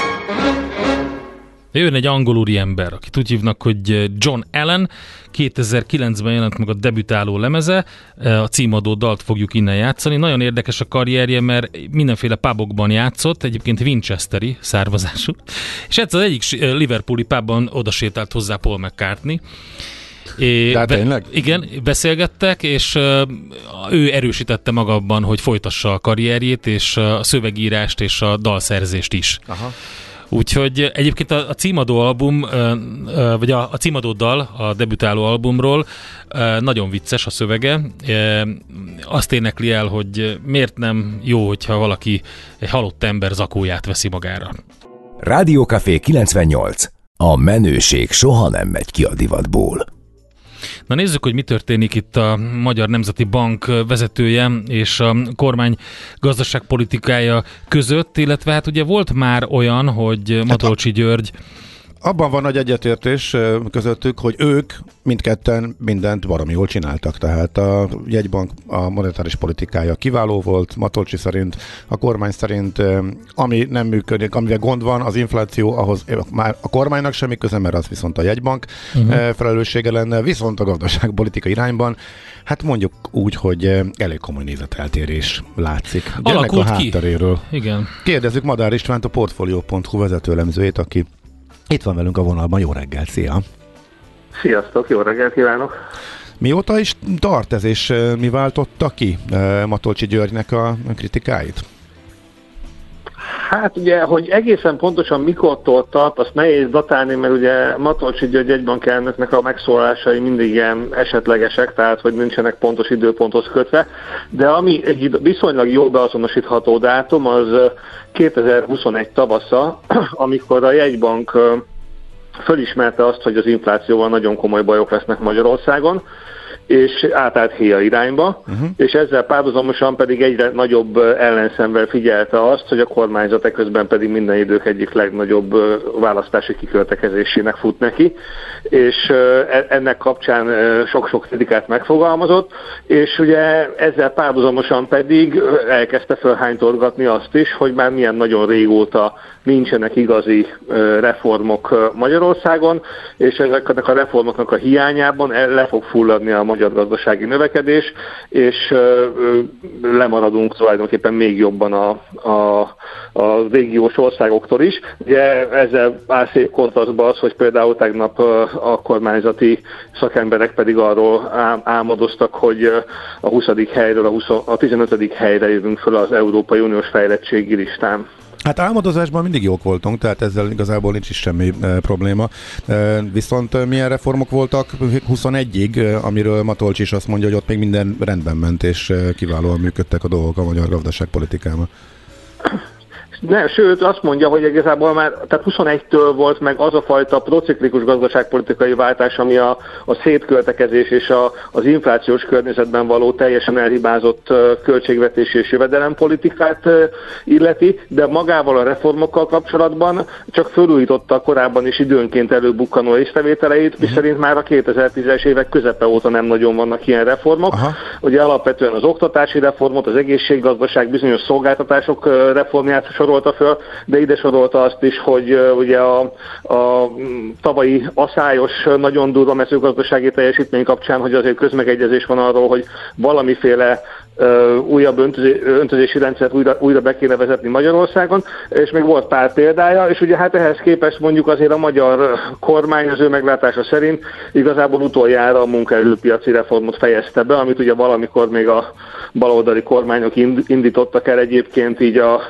Jön egy angol úriember, akit úgy hívnak, hogy John Allen. kétezer-kilencben jelent meg a debütáló lemeze, a címadó dalt fogjuk innen játszani. Nagyon érdekes a karrierje, mert mindenféle pubokban játszott, egyébként Winchesteri származású, és egyszer az egyik liverpooli pubban odasétált hozzá Paul McCartney. É, De tényleg? Igen, beszélgettek, és uh, ő erősítette maga abban, hogy folytassa a karrierjét, és a szövegírást, és a dalszerzést is. Aha. Úgyhogy egyébként a, a címadó album, vagy a, a címadó dal a debütáló albumról nagyon vicces a szövege. Azt énekli el, hogy miért nem jó, hogyha valaki egy halott ember zakóját veszi magára. Rádiókafé kilencvennyolc. A menőség soha nem megy ki a divatból. Na nézzük, hogy mi történik itt a Magyar Nemzeti Bank vezetője és a kormány gazdaságpolitikája között, illetve hát ugye volt már olyan, hogy Matolcsy György... Abban van nagy egyetértés közöttük, hogy ők mindketten mindent baromi jól csináltak. Tehát a jegybank a monetáris politikája kiváló volt, Matolcsy szerint, a kormány szerint, ami nem működik, amivel gond van, az infláció, ahhoz már a kormánynak semmi köze, mert az viszont a jegybank uh-huh. felelőssége lenne, viszont a gazdaságpolitika irányban, hát mondjuk úgy, hogy elég komoly nézeteltérés látszik. Alakult ennek a hátteréről. Igen. Kérdezzük Madár Istvánt, a Portfolio pont hu vezetőelemzőjét, aki itt van velünk a vonalban. Jó reggel, szia! Sziasztok, jó reggelt kívánok! Mióta is tart ez, és mi váltotta ki Matolcsy Györgynek a kritikáit? Hát ugye, hogy egészen pontosan mikortól tart, azt nehéz datálni, mert ugye Matolcsy György jegybankelnöknek a megszólalásai mindig ilyen esetlegesek, tehát hogy nincsenek pontos időponthoz kötve, de ami egy viszonylag jól beazonosítható dátum, az kétezer-huszonegy tavasza, amikor a jegybank fölismerte azt, hogy az inflációval nagyon komoly bajok lesznek Magyarországon, és átállt héja irányba, uh-huh. és ezzel párhuzamosan pedig egyre nagyobb ellenszemvel figyelte azt, hogy a kormányzat eközben pedig minden idők egyik legnagyobb választási kiköltekezésének fut neki, és ennek kapcsán sok-sok kritikát megfogalmazott, és ugye ezzel párhuzamosan pedig elkezdte fölhánytorgatni azt is, hogy már milyen nagyon régóta nincsenek igazi reformok Magyarországon, és ezeknek a reformoknak a hiányában le fog fulladni a magyar gazdasági növekedés, és lemaradunk tulajdonképpen még jobban a, a, a régiós országoktól is. Ugye ezzel áll szép kontrasztba az, hogy például tegnap a kormányzati szakemberek pedig arról álmodoztak, hogy a huszadik helyről a, húsz, a tizenötödik helyre jövünk föl az Európai Uniós fejlettségi listán. Hát álmodozásban mindig jók voltunk, tehát ezzel igazából nincs is semmi e, probléma. E, viszont e, milyen reformok voltak huszonegyig, e, amiről Matolcsy is azt mondja, hogy ott még minden rendben ment, és e, kiválóan működtek a dolgok a magyar gazdaságpolitikában. Nem, sőt, azt mondja, hogy igazából már tehát huszonegytől volt meg az a fajta prociklikus gazdaságpolitikai váltás, ami a, a szétköltekezés és a, az inflációs környezetben való teljesen elhibázott uh, költségvetési és jövedelempolitikát uh, illeti, de magával a reformokkal kapcsolatban csak fölújította korábban is időnként előbukkanó észrevételeit, uh-huh. miszerint már a kétezer-tízes évek közepe óta nem nagyon vannak ilyen reformok. Aha. Ugye alapvetően az oktatási reformot, az egészséggazdaság, bizonyos szolgáltatások uh, reformját sorolta föl, de ide sorolta azt is, hogy uh, ugye a, a tavalyi aszályos, nagyon durva mezőgazdasági teljesítmény kapcsán, hogy azért közmegegyezés van arról, hogy valamiféle újabb öntözé, öntözési rendszert újra, újra be kéne vezetni Magyarországon, és még volt pár példája, és ugye hát ehhez képest mondjuk azért a magyar kormány az ő meglátása szerint igazából utoljára a munkaerőpiaci reformot fejezte be, amit ugye valamikor még a baloldali kormányok indítottak el egyébként így a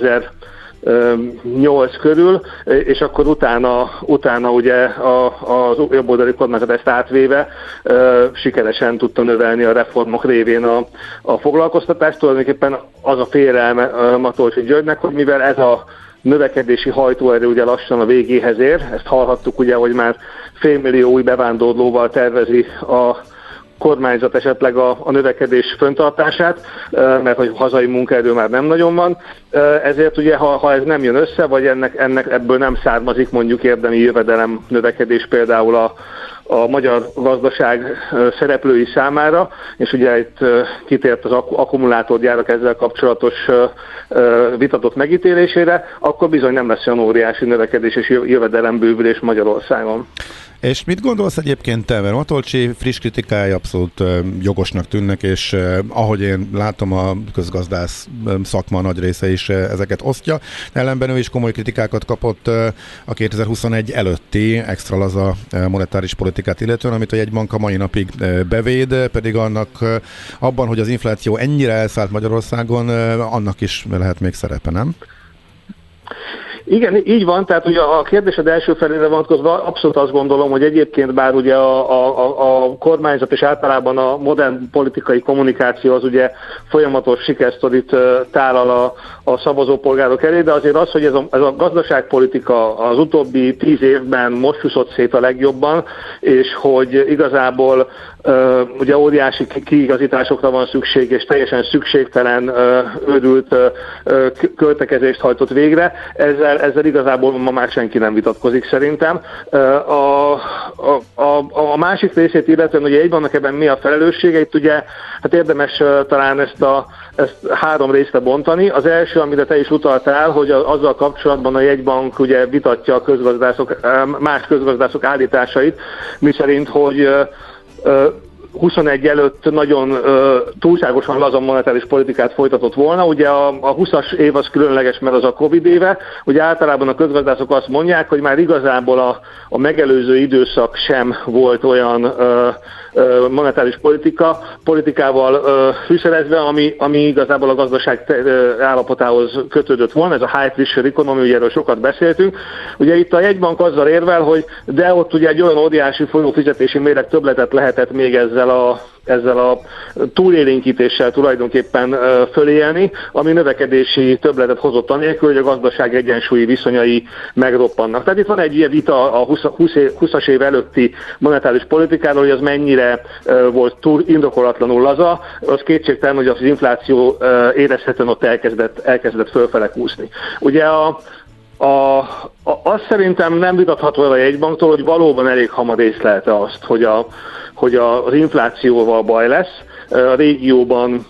kétezer-nyolc körül, és akkor utána, utána ugye a, a jobboldali kormányzat ezt átvéve e, sikeresen tudta növelni a reformok révén a, a foglalkoztatást. Tulajdonképpen az a félelme Matolcsy Györgynek, hogy mivel ez a növekedési hajtóerő ugye lassan a végéhez ér, ezt hallhattuk ugye, hogy már félmillió új bevándorlóval tervezi a kormányzat esetleg a, a növekedés föntartását, mert hogy hazai munkaerő már nem nagyon van. Ezért ugye, ha, ha ez nem jön össze, vagy ennek, ennek ebből nem származik mondjuk érdemi jövedelem növekedés például a, a magyar gazdaság szereplői számára, és ugye itt kitért az akkumulátorgyárak ezzel kapcsolatos vitatott megítélésére, akkor bizony nem lesz olyan óriási növekedés és jövedelembővülés Magyarországon. És mit gondolsz egyébként te, mert Matolcsy friss kritikája abszolút uh, jogosnak tűnnek, és uh, ahogy én látom, a közgazdász szakma nagy része is uh, ezeket osztja. Ellenben ő is komoly kritikákat kapott uh, a kétezer-huszonegy előtti extra laza uh, monetáris politikát illetően, amit a jegybank a mai napig uh, bevéd, pedig annak uh, abban, hogy az infláció ennyire elszállt Magyarországon, uh, annak is lehet még szerepe, nem? Igen, így van, tehát ugye a kérdésed első felére vonatkozva abszolút azt gondolom, hogy egyébként bár ugye a, a, a kormányzat és általában a modern politikai kommunikáció az ugye folyamatos sikersztorit tálal a, a szavazópolgárok elé, de azért az, hogy ez a, ez a gazdaságpolitika az utóbbi tíz évben most húzott szét a legjobban, és hogy igazából Uh, ugye óriási kiigazításokra van szükség, és teljesen szükségtelen, uh, őrült uh, költekezést hajtott végre. Ezzel, ezzel igazából ma már senki nem vitatkozik szerintem. Uh, a, a, a, a másik részét illetően, hogy egy vannak ebben mi a felelőssége, itt ugye hát érdemes uh, talán ezt a ezt három részre bontani. Az első, amire te is utaltál, hogy a, azzal kapcsolatban a jegybank ugye vitatja a közgazdászok, más közgazdászok állításait, miszerint, hogy uh, huszonegy előtt nagyon uh, túlságosan laza monetáris politikát folytatott volna. Ugye a, a huszas év az különleges, mert az a Covid éve. Ugye általában a közgazdászok azt mondják, hogy már igazából a, a megelőző időszak sem volt olyan uh, uh, monetáris politika, politikával uh, fűszerezve, ami, ami igazából a gazdaság te, uh, állapotához kötődött volna. Ez a high pressure economy, ugye erről sokat beszéltünk. Ugye itt a jegybank azzal érvel, hogy de ott ugye egy olyan óriási folyófizetési méreg többletet lehetett még ezzel a, ezzel a túlélénkítéssel tulajdonképpen uh, fölélni, ami növekedési többletet hozott anélkül, hogy a gazdaság egyensúlyi viszonyai megroppannak. Tehát itt van egy ilyen vita a huszas év előtti monetáris politikáról, hogy az mennyire uh, volt túl indokolatlanul laza, az kétségtelen, hogy az infláció uh, érezhetően ott elkezdett, elkezdett fölfele kúszni. Ugye a A, a, azt szerintem nem vitatható el a jegybanktól, hogy valóban elég hamar észlelte azt, hogy, a, hogy a, az inflációval baj lesz. A régióban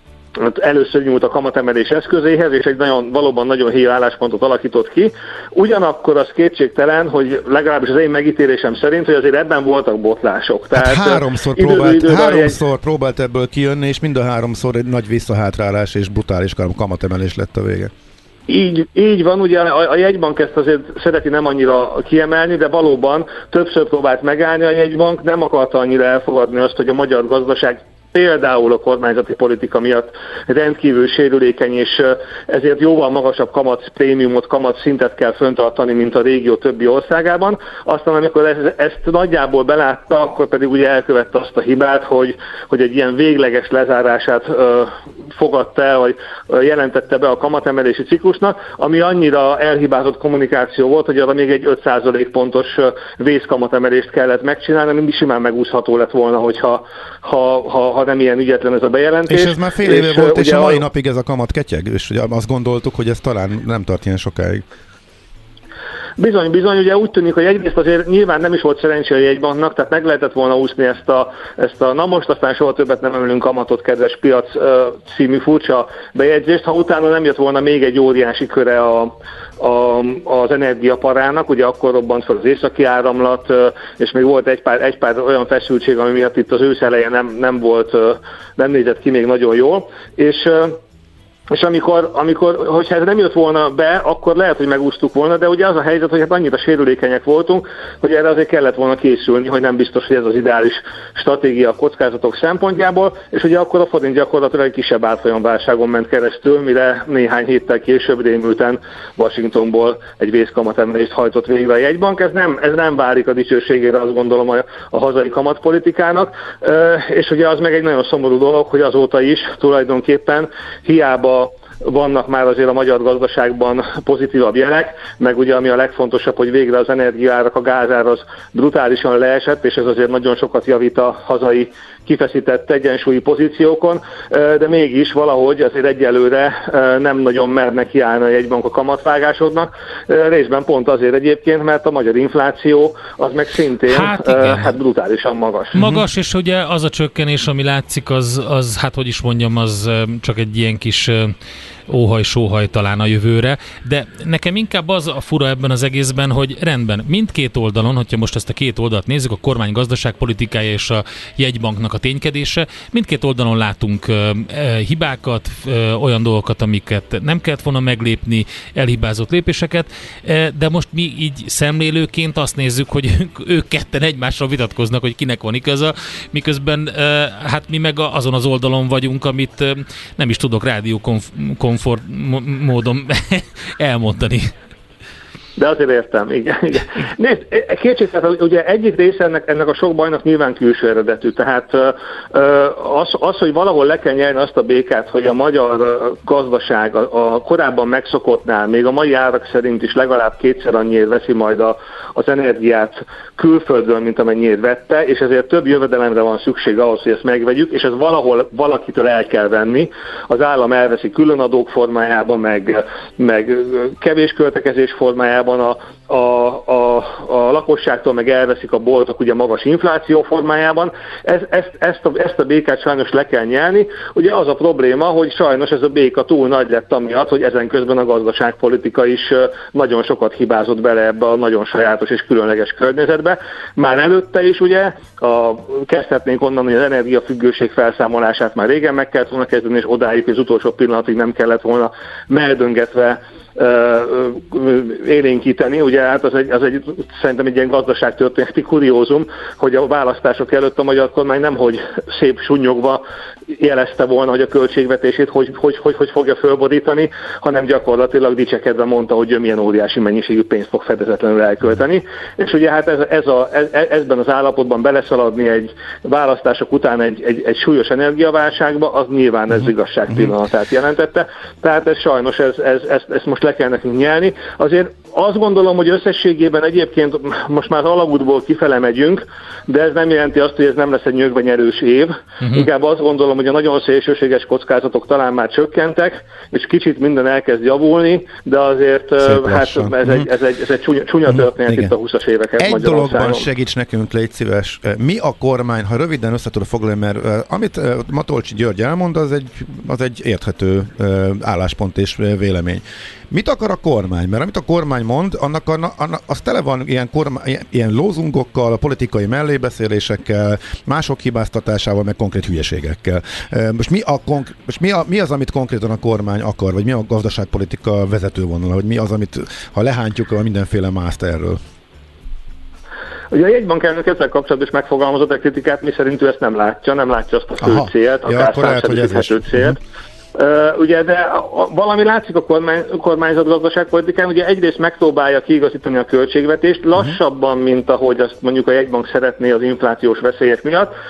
először nyújt a kamatemelés eszközéhez, és egy nagyon, valóban nagyon héj álláspontot alakított ki. Ugyanakkor az kétségtelen, hogy legalábbis az én megítélésem szerint, hogy azért ebben voltak botlások. Tehát hát háromszor, idő, próbált, idő, háromszor egy... próbált ebből kijönni, és mind a háromszor egy nagy visszahátrálás és brutális kamatemelés lett a vége. Így, így van, ugye a, a jegybank ezt azért szereti nem annyira kiemelni, de valóban többször próbált megállni a jegybank, nem akarta annyira elfogadni azt, hogy a magyar gazdaság például a kormányzati politika miatt rendkívül sérülékeny, és ezért jóval magasabb kamat prémiumot, kamat szintet kell föntartani, mint a régió többi országában. Aztán amikor ez, ezt nagyjából belátta, akkor pedig ugye elkövette azt a hibát, hogy, hogy egy ilyen végleges lezárását ö, fogadta el, vagy jelentette be a kamatemelési ciklusnak, ami annyira elhibázott kommunikáció volt, hogy arra még egy öt százalék pontos vészkamatemelést kellett megcsinálni, ami simán megúszható lett volna, hogyha ha, ha, ha nem ilyen ügyetlen ez a bejelentés. És ez már fél éve volt, és a mai napig ez a kamat ketyeg, és ugye azt gondoltuk, hogy ez talán nem tart ilyen sokáig. Bizony, bizony, ugye úgy tűnik, hogy egyrészt azért nyilván nem is volt szerencsé a jegybanknak, tehát meg lehetett volna úszni ezt a, ezt a na most aztán soha többet nem emelünk kamatot, kedves piac című furcsa bejegyzést, ha utána nem jött volna még egy óriási köre a, a, az energiaparának, ugye akkor robbant fel az északi áramlat, és még volt egy pár, egy pár olyan feszültség, ami miatt itt az ősz eleje nem, nem volt, nem nézett ki még nagyon jól, és És amikor, amikor, hogyha ez nem jött volna be, akkor lehet, hogy megúsztuk volna, de ugye az a helyzet, hogy hát annyira sérülékenyek voltunk, hogy erre azért kellett volna készülni, hogy nem biztos, hogy ez az ideális stratégia a kockázatok szempontjából, és ugye akkor a forint gyakorlatilag egy kisebb árfolyamválságon ment keresztül, mire néhány héttel később rémülten Washingtonból egy vészkamatemelést hajtott végre a jegybank. Ez nem, ez nem válik a dicsőségére, azt gondolom, a, a hazai kamatpolitikának, és ugye az meg egy nagyon szomorú dolog, hogy azóta is tulajdonképpen hiába vannak már azért a magyar gazdaságban pozitívabb jelek, meg ugye ami a legfontosabb, hogy végre az energiaárak, a gázár az brutálisan leesett, és ez azért nagyon sokat javít a hazai kifeszített egyensúlyi pozíciókon, de mégis valahogy azért egyelőre nem nagyon mernek kiállni a jegybank a kamatvágásodnak. Részben pont azért egyébként, mert a magyar infláció az meg szintén hát, hát brutálisan magas. Magas, és ugye az a csökkenés, ami látszik, az, az hát hogy is mondjam, az csak egy ilyen kis óhaj-sóhaj talán a jövőre, de nekem inkább az a fura ebben az egészben, hogy rendben, mindkét oldalon, hogyha most ezt a két oldalt nézzük, a kormány gazdaságpolitikája és a jegybanknak a ténykedése, mindkét oldalon látunk uh, hibákat, uh, olyan dolgokat, amiket nem kellett volna meglépni, elhibázott lépéseket, uh, de most mi így szemlélőként azt nézzük, hogy ők, ők ketten egymással vitatkoznak, hogy kinek van igaza, miközben uh, hát mi meg azon az oldalon vagyunk, amit uh, nem is tudok rádiókonf komfort módon elmondani. De azért értem, igen. igen. Nézd, kétségtelen, ugye egyik része ennek, ennek a sok bajnak nyilván külső eredetű, tehát az, az, hogy valahol le kell nyerni azt a békát, hogy a magyar gazdaság a, a korábban megszokottnál, még a mai árak szerint is legalább kétszer annyiért veszi majd a, az energiát külföldről, mint amennyiért vette, és ezért több jövedelemre van szükség ahhoz, hogy ezt megvegyük, és ez valahol valakitől el kell venni. Az állam elveszi különadók formájában, meg, meg kevés költekezés formájában, A, a, a, a lakosságtól meg elveszik a boltok ugye magas infláció formájában. Ez, ezt, ezt, a, ezt a békát sajnos le kell nyerni. Ugye az a probléma, hogy sajnos ez a béka túl nagy lett amiatt, hogy ezen közben a gazdaságpolitika is nagyon sokat hibázott bele ebbe a nagyon sajátos és különleges környezetbe. Már előtte is ugye, a, kezdhetnénk onnan, hogy az energiafüggőség felszámolását már régen meg kellett volna kezdeni, és odáig, hogy az utolsó pillanatig nem kellett volna meldöngetve élénkíteni, ugye hát az egy, az egy szerintem egy ilyen gazdaságtörténeti kuriózum, hogy a választások előtt a magyar kormány nemhogy szép sunnyogva jelezte volna, hogy a költségvetését hogy, hogy, hogy, hogy fogja fölborítani, hanem gyakorlatilag dicsekedve mondta, hogy ő milyen óriási mennyiségű pénzt fog fedezetlenül elkölteni. És ugye hát ez, ez a, ez, ezben az állapotban beleszaladni egy választások után egy, egy, egy súlyos energiaválságba, az nyilván ez igazság pillanatát jelentette. Tehát ez sajnos, ez, ez, ez, ez most le kell nekünk nyelni. Azért azt gondolom, hogy összességében egyébként most már az alagútból kifele megyünk, de ez nem jelenti azt, hogy ez nem lesz egy nyögvenyerős év. Uh-huh. Inkább azt gondolom, hogy a nagyon szélsőséges kockázatok talán már csökkentek, és kicsit minden elkezd javulni, de azért hát ez egy, ez egy, ez egy csúnya, csúnya történet uh-huh. itt a húszas éveket egy dologban segíts nekünk, légy szíves. Mi a kormány, ha röviden össze tudod foglalni, mert amit Matolcsy György elmond, az egy, az egy érthető álláspont és vélemény. Mit akar a kormány? Mert amit a kormány mond, annak, annak az tele van ilyen, kormány, ilyen lózungokkal, politikai mellébeszélésekkel, mások hibáztatásával, meg konkrét hülyeségekkel. Most mi, a konkr- most mi, a, mi az, amit konkrétan a kormány akar, vagy mi a gazdaságpolitika vezetővonala, hogy mi az, amit ha lehántjuk a mindenféle mászt erről? Ugye a jegybank elnök ezzel kapcsolatban is megfogalmazott a kritikát, mi szerint ő ezt nem látja, nem látja azt a fő Aha. célt, a ja, kárszámszerűsíthető célt. Uh-huh. Uh, ugye, de a, a, valami látszik a kormány, kormányzat gazdaságpolitikán, ugye egyrészt megpróbálja kiigazítani a költségvetést, lassabban, mint ahogy azt mondjuk a jegybank szeretné az inflációs veszélyek miatt.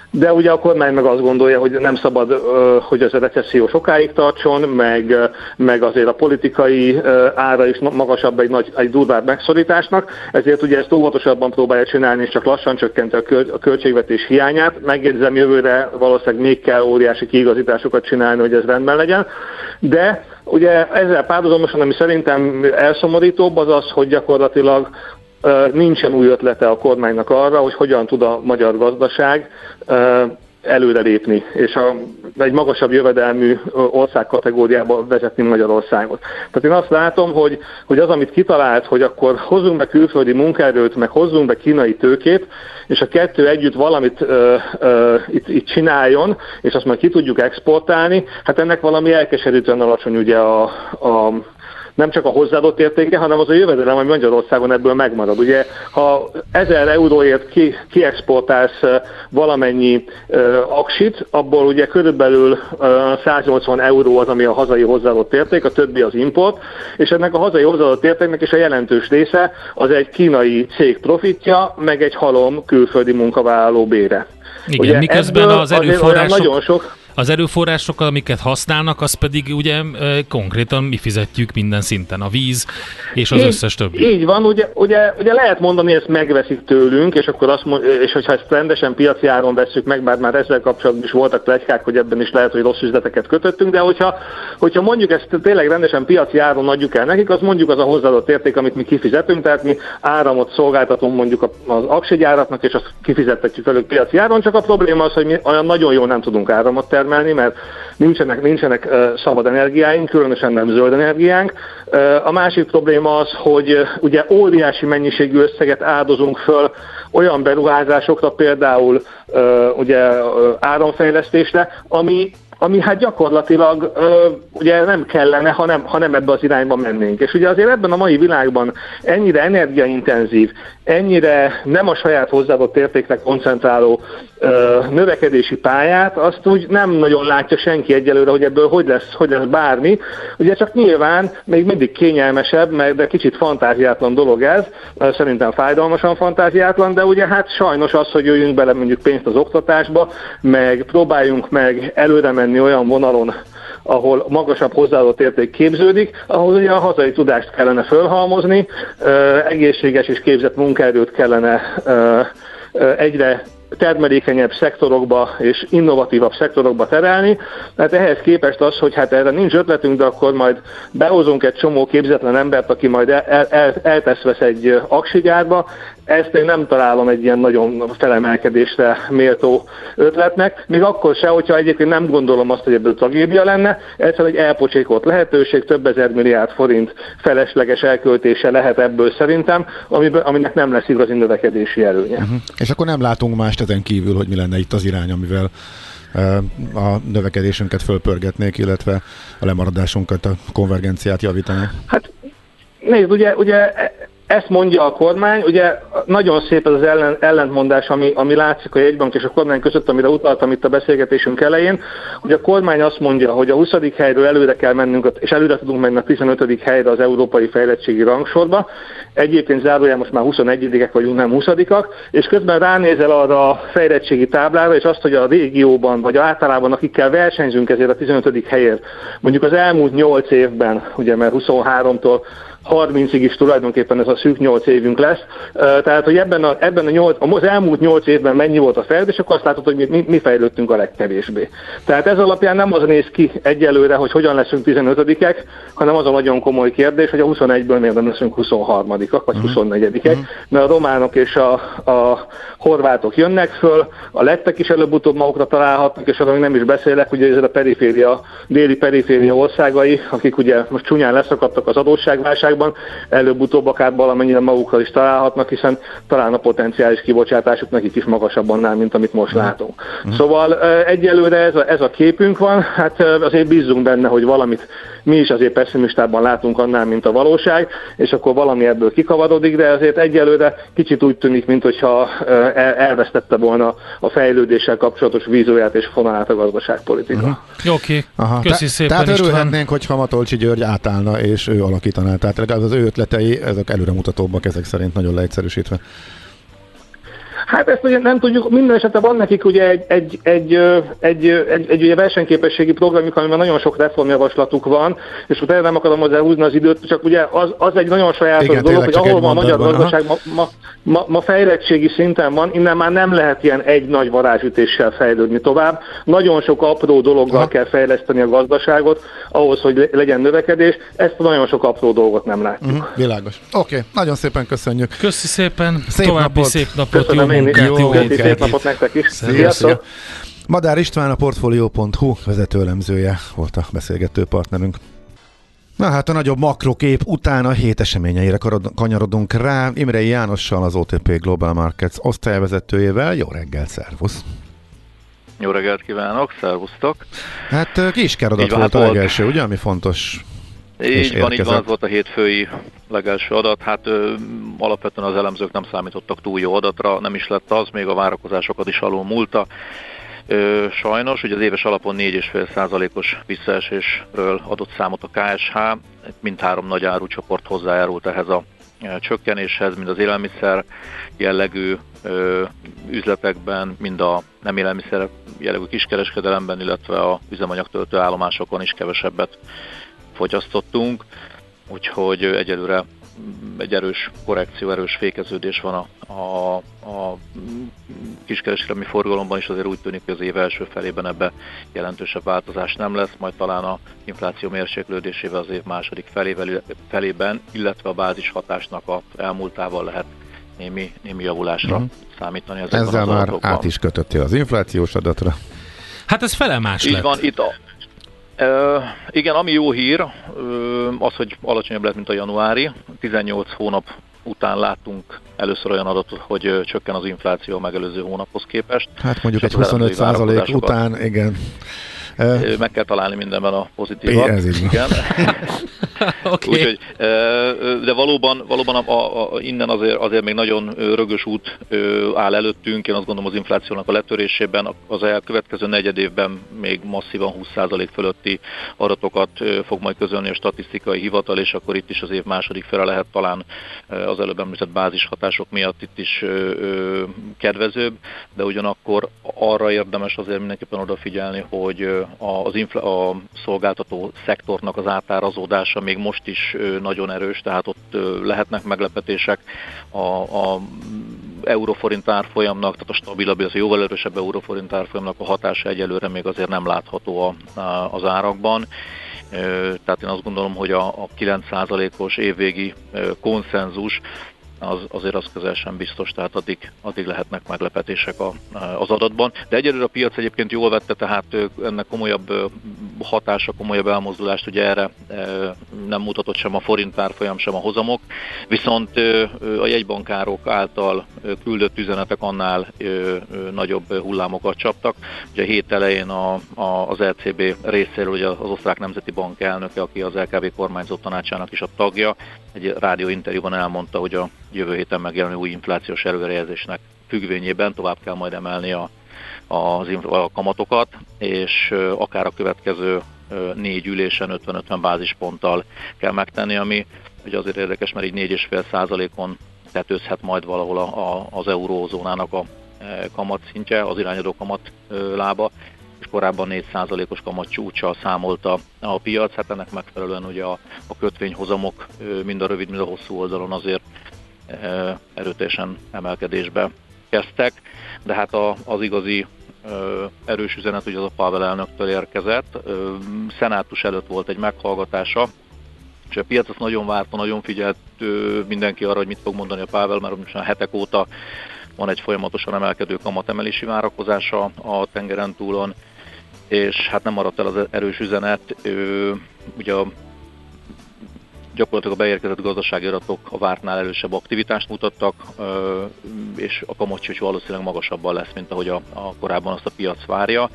de ugye a kormány meg azt gondolja, hogy nem szabad, hogy ez a recesszió sokáig tartson, meg, meg azért a politikai ára is magasabb egy, nagy, egy durvább megszorításnak, ezért ugye ezt óvatosabban próbálja csinálni, és csak lassan csökkenti a költségvetés hiányát. Megjegyzem, jövőre valószínűleg még kell óriási kiigazításokat csinálni, hogy ez rendben legyen, de ugye ezzel párhuzamosan, ami szerintem elszomorítóbb, az az, hogy gyakorlatilag nincsen új ötlete a kormánynak arra, hogy hogyan tud a magyar gazdaság előrelépni, és a, egy magasabb jövedelmű országkategóriába vezetni Magyarországot. Tehát én azt látom, hogy, hogy az, amit kitalált, hogy akkor hozzunk be külföldi munkaerőt, meg hozzunk be kínai tőkét, és a kettő együtt valamit ö, ö, itt, itt csináljon, és azt majd ki tudjuk exportálni, hát ennek valami elkeserítően alacsony ugye a, a nem csak a hozzáadott értéke, hanem az a jövedelem, ami Magyarországon ebből megmarad. Ugye, ha ezer euróért ki, kiexportálsz valamennyi uh, aksit, abból ugye körülbelül uh, száznyolcvan euró az, ami a hazai hozzáadott érték, a többi az import, és ennek a hazai hozzáadott értéknek is a jelentős része az egy kínai cég profitja, meg egy halom külföldi munkavállaló bére. Igen, ugye miközben az erőforrások... Nagyon sok Az erőforrásokkal, amiket használnak, az pedig ugye e, konkrétan mi fizetjük minden szinten, a víz és az így, összes többi. Így van, ugye, ugye, ugye lehet mondani, hogy ezt megveszik tőlünk, és akkor azt mond, és hogyha ezt rendesen piaci áron vesszük meg, bár már ezzel kapcsolatban is voltak pletykák, hogy ebben is lehet, hogy rossz üzleteket kötöttünk, de hogyha, hogyha mondjuk ezt tényleg rendesen piaci áron adjuk el nekik, az mondjuk az a hozzáadott érték, amit mi kifizetünk, tehát mi áramot szolgáltatunk mondjuk az aksigyáraknak, és azt kifizettetjük velük piaci áron, csak a probléma az, hogy mi olyan nagyon jól nem tudunk áramot termelni, mert nincsenek, nincsenek uh, szabad energiáink, különösen nem zöld energiánk. Uh, a másik probléma az, hogy uh, ugye óriási mennyiségű összeget áldozunk föl olyan beruházásokra, például uh, ugye uh, áramfejlesztésre, ami ami hát gyakorlatilag ö, ugye nem kellene, ha nem, ha nem ebbe az irányba mennénk. És ugye azért ebben a mai világban ennyire energiaintenzív, ennyire nem a saját hozzáadott értékre koncentráló ö, növekedési pályát, azt úgy nem nagyon látja senki egyelőre, hogy ebből hogy lesz, hogy lesz bármi. Ugye csak nyilván még mindig kényelmesebb, mert de kicsit fantáziátlan dolog ez, szerintem fájdalmasan fantáziátlan, de ugye hát sajnos az, hogy jöjjünk bele mondjuk pénzt az oktatásba, meg próbáljunk meg előre menni olyan vonalon, ahol magasabb hozzáadott érték képződik, ahhoz ugye a hazai tudást kellene fölhalmozni, egészséges és képzett munkaerőt kellene egyre termelékenyebb szektorokba és innovatívabb szektorokba terelni. Tehát ehhez képest az, hogy hát erre nincs ötletünk, de akkor majd behozunk egy csomó képzetlen embert, aki majd el, el, eltesz vesz egy aksigyárba, ezt én nem találom egy ilyen nagyon felemelkedésre méltó ötletnek, még akkor se, hogyha egyébként nem gondolom azt, hogy ebből tragédia lenne, egyszerűen egy elpocsékolt lehetőség, több ezer milliárd forint felesleges elköltése lehet ebből szerintem, amiből, aminek nem lesz igazi növekedési előnye. Uh-huh. És akkor nem látunk mást ezen kívül, hogy mi lenne itt az irány, amivel uh, a növekedésünket fölpörgetnék, illetve a lemaradásunkat, a konvergenciát javítani? Hát nézd, ugye, ugye ezt mondja a kormány, ugye nagyon szép ez az ellen, ellentmondás, ami, ami látszik a jegybank és a kormány között, amire utaltam itt a beszélgetésünk elején, hogy a kormány azt mondja, hogy a huszadik helyről előre kell mennünk, és előre tudunk menni a tizenötödik helyre az európai fejlettségi rangsorba. Egyébként zárójel most már huszonegyedikek vagyunk, nem huszadikak, és közben ránézel arra a fejlettségi táblára, és azt, hogy a régióban, vagy általában akikkel versenyzünk ezért a tizenötödik helyért, mondjuk az elmúlt nyolc évben, ugye mert huszonháromtól harmincig is tulajdonképpen ez a szűk nyolc évünk lesz. Tehát, hogy ebben, a, ebben a nyolc, az elmúlt nyolc évben mennyi volt a fejlődés, akkor azt látod, hogy mi, mi fejlődtünk a legkevésbé. Tehát ez alapján nem az néz ki egyelőre, hogy hogyan leszünk tizenötödikek, hanem az a nagyon komoly kérdés, hogy a huszonegyből miért nem leszünk huszonharmadikak, vagy huszonnegyedikek, mert a románok és a, a horvátok jönnek föl, a lettek is előbb-utóbb magukra találhatnak, és arra még nem is beszélek, ugye ez a periféria, déli periféria országai, akik ugye most csúnyán leszakadtak az adósságválságban, előbb-utóbb akár valamennyire magukra is találhatnak, hiszen talán a potenciális kibocsátásuk nekik is magasabb annál, mint amit most látunk. Mm. Szóval egyelőre ez a, ez a képünk van, hát azért bízzunk benne, hogy valamit mi is azért pessimistában látunk annál, mint a valóság, és akkor valami ebből kikavarodik, de azért egyelőre kicsit úgy tűnik, mintha elvesztette volna a fejlődéssel kapcsolatos vízóját és fonalát a gazdaságpolitika. Uh-huh. Oké, okay. Köszi Te, szépen. Tehát örülhetnénk, hogyha Matolcsy György átállna és ő alakítaná. Tehát legalább az ő ötletei, ezek előremutatóbbak ezek szerint, nagyon leegyszerűsítve. Hát ezt ugye nem tudjuk, minden esetben van nekik ugye egy, egy, egy, egy, egy, egy ugye versenyképességi programjuk, amiben nagyon sok reformjavaslatuk van, és utána nem akarom hozzá húzni az időt, csak ugye az, az egy nagyon sajátos igen, dolog, hogy ahol van a magyar gazdaság ma, ma, ma, ma fejlettségi szinten van, innen már nem lehet ilyen egy nagy varázsütéssel fejlődni tovább. Nagyon sok apró dologgal aha. kell fejleszteni a gazdaságot, ahhoz, hogy legyen növekedés. Ezt a nagyon sok apró dolgot nem látjuk. Uh-huh, világos. Oké, okay, nagyon szépen köszönjük. Köszi szépen, szép további napot. szép napot, köszönöm jó munkát, jó, jó munkát. Szép napot nektek is. Sziasztok! Madár István, a Portfolio pont hu vezetőelemzője volt a beszélgető partnerünk. Na hát a nagyobb makrokép után a hét eseményeire kanyarodunk rá. Imrei Jánossal, az o té pé Global Markets osztályvezetőjével. Jó reggel, szervusz! Jó reggelt kívánok, szervusztok! Hát kiskeradat volt a legelső, ugye, ami fontos? Így van, így van, az volt a hétfői legelső adat. Hát ö, alapvetően az elemzők nem számítottak túl jó adatra, nem is lett az, még a várakozásokat is alul múlta. Ö, sajnos, ugye az éves alapon négy egész öt százalékos visszaesésről adott számot a ká es há, mindhárom nagy árucsoport hozzájárult ehhez a csökkenéshez, mind az élelmiszer jellegű ö, üzletekben, mind a nem élelmiszer jellegű kiskereskedelemben, illetve a üzemanyagtöltő állomásokon is kevesebbet fogyasztottunk, úgyhogy egyelőre egy erős korrekció, erős fékeződés van a, a, a kiskereskedelmi forgalomban is, azért úgy tűnik, hogy az év első felében ebbe jelentősebb változás nem lesz, majd talán a infláció mérséklődésével az év második felével, felében, illetve a bázis hatásnak a elmúltával lehet némi, némi javulásra uh-huh. számítani. Ezzel már adatokban. Át is kötöttél az inflációs adatra. Hát ez felemás lett. Így van, itt a Uh, igen, ami jó hír, uh, az, hogy alacsonyabb lett, mint a januári. tizennyolc hónap után láttunk először olyan adatot, hogy uh, csökken az infláció a megelőző hónaphoz képest. Hát mondjuk egy huszonöt százalék után, igen. Uh, Meg kell találni mindenben a pozitívat. Ez így igen. Okay. Úgyhogy, de valóban, valóban a, a, a, innen azért, azért még nagyon rögös út áll előttünk. Én azt gondolom, az inflációnak a letörésében az elkövetkező negyed évben még masszívan húsz százalék fölötti adatokat fog majd közölni a statisztikai hivatal, és akkor itt is az év második fele lehet talán az előbb említett bázishatások miatt itt is kedvezőbb, de ugyanakkor arra érdemes azért mindenképpen odafigyelni, hogy az infla- a szolgáltató szektornak az átárazódása még most is nagyon erős, tehát ott lehetnek meglepetések a, a euróforint árfolyamnak, tehát a stabilabb, az jóval erősebb euróforint árfolyamnak a hatása egyelőre még azért nem látható a, a, az árakban. Tehát én azt gondolom, hogy a, a kilenc százalékos évvégi konszenzus az, azért az közel sem biztos, tehát addig, addig lehetnek meglepetések a, az adatban. De egyelőre a piac egyébként jól vette, tehát ennek komolyabb hatása, komolyabb elmozdulást ugye erre nem mutatott sem a forint árfolyam, sem a hozamok, viszont a jegybankárok által küldött üzenetek annál nagyobb hullámokat csaptak. Ugye a hét elején a, a, az é cé bé részéről ugye az Osztrák Nemzeti Bank elnöke, aki az el ká bé kormányzó tanácsának is a tagja, egy rádióinterjúban elmondta, hogy a jövő héten megjelenő új inflációs előrejelzésnek függvényében tovább kell majd emelni a, az, a kamatokat, és akár a következő négy ülésen ötven-ötven bázisponttal kell megtenni, ami ugye azért érdekes, mert így négy egész öt százalékon tetőzhet majd valahol a, a, az eurózónának a kamatszintje, az irányadó kamat lába, és korábban négy százalékos kamatcsúccsal számolta a piac, hát ennek megfelelően ugye a, a kötvényhozamok mind a rövid, mind a hosszú oldalon azért erőteljesen emelkedésbe kezdtek, de hát a, az igazi erős üzenet ugye az a Powell elnöktől érkezett. Szenátus előtt volt egy meghallgatása, és a piac azt nagyon várta, nagyon figyelt mindenki arra, hogy mit fog mondani a Powell, mert most a hetek óta van egy folyamatosan emelkedő kamatemelési várakozása a tengeren túlon, és hát nem maradt el az erős üzenet. Ugye a gyakorlatilag a beérkezett gazdasági adatok a vártnál erősebb aktivitást mutattak, és a kamatcsúcs valószínűleg magasabban lesz, mint ahogy a, a korábban azt a piac várja.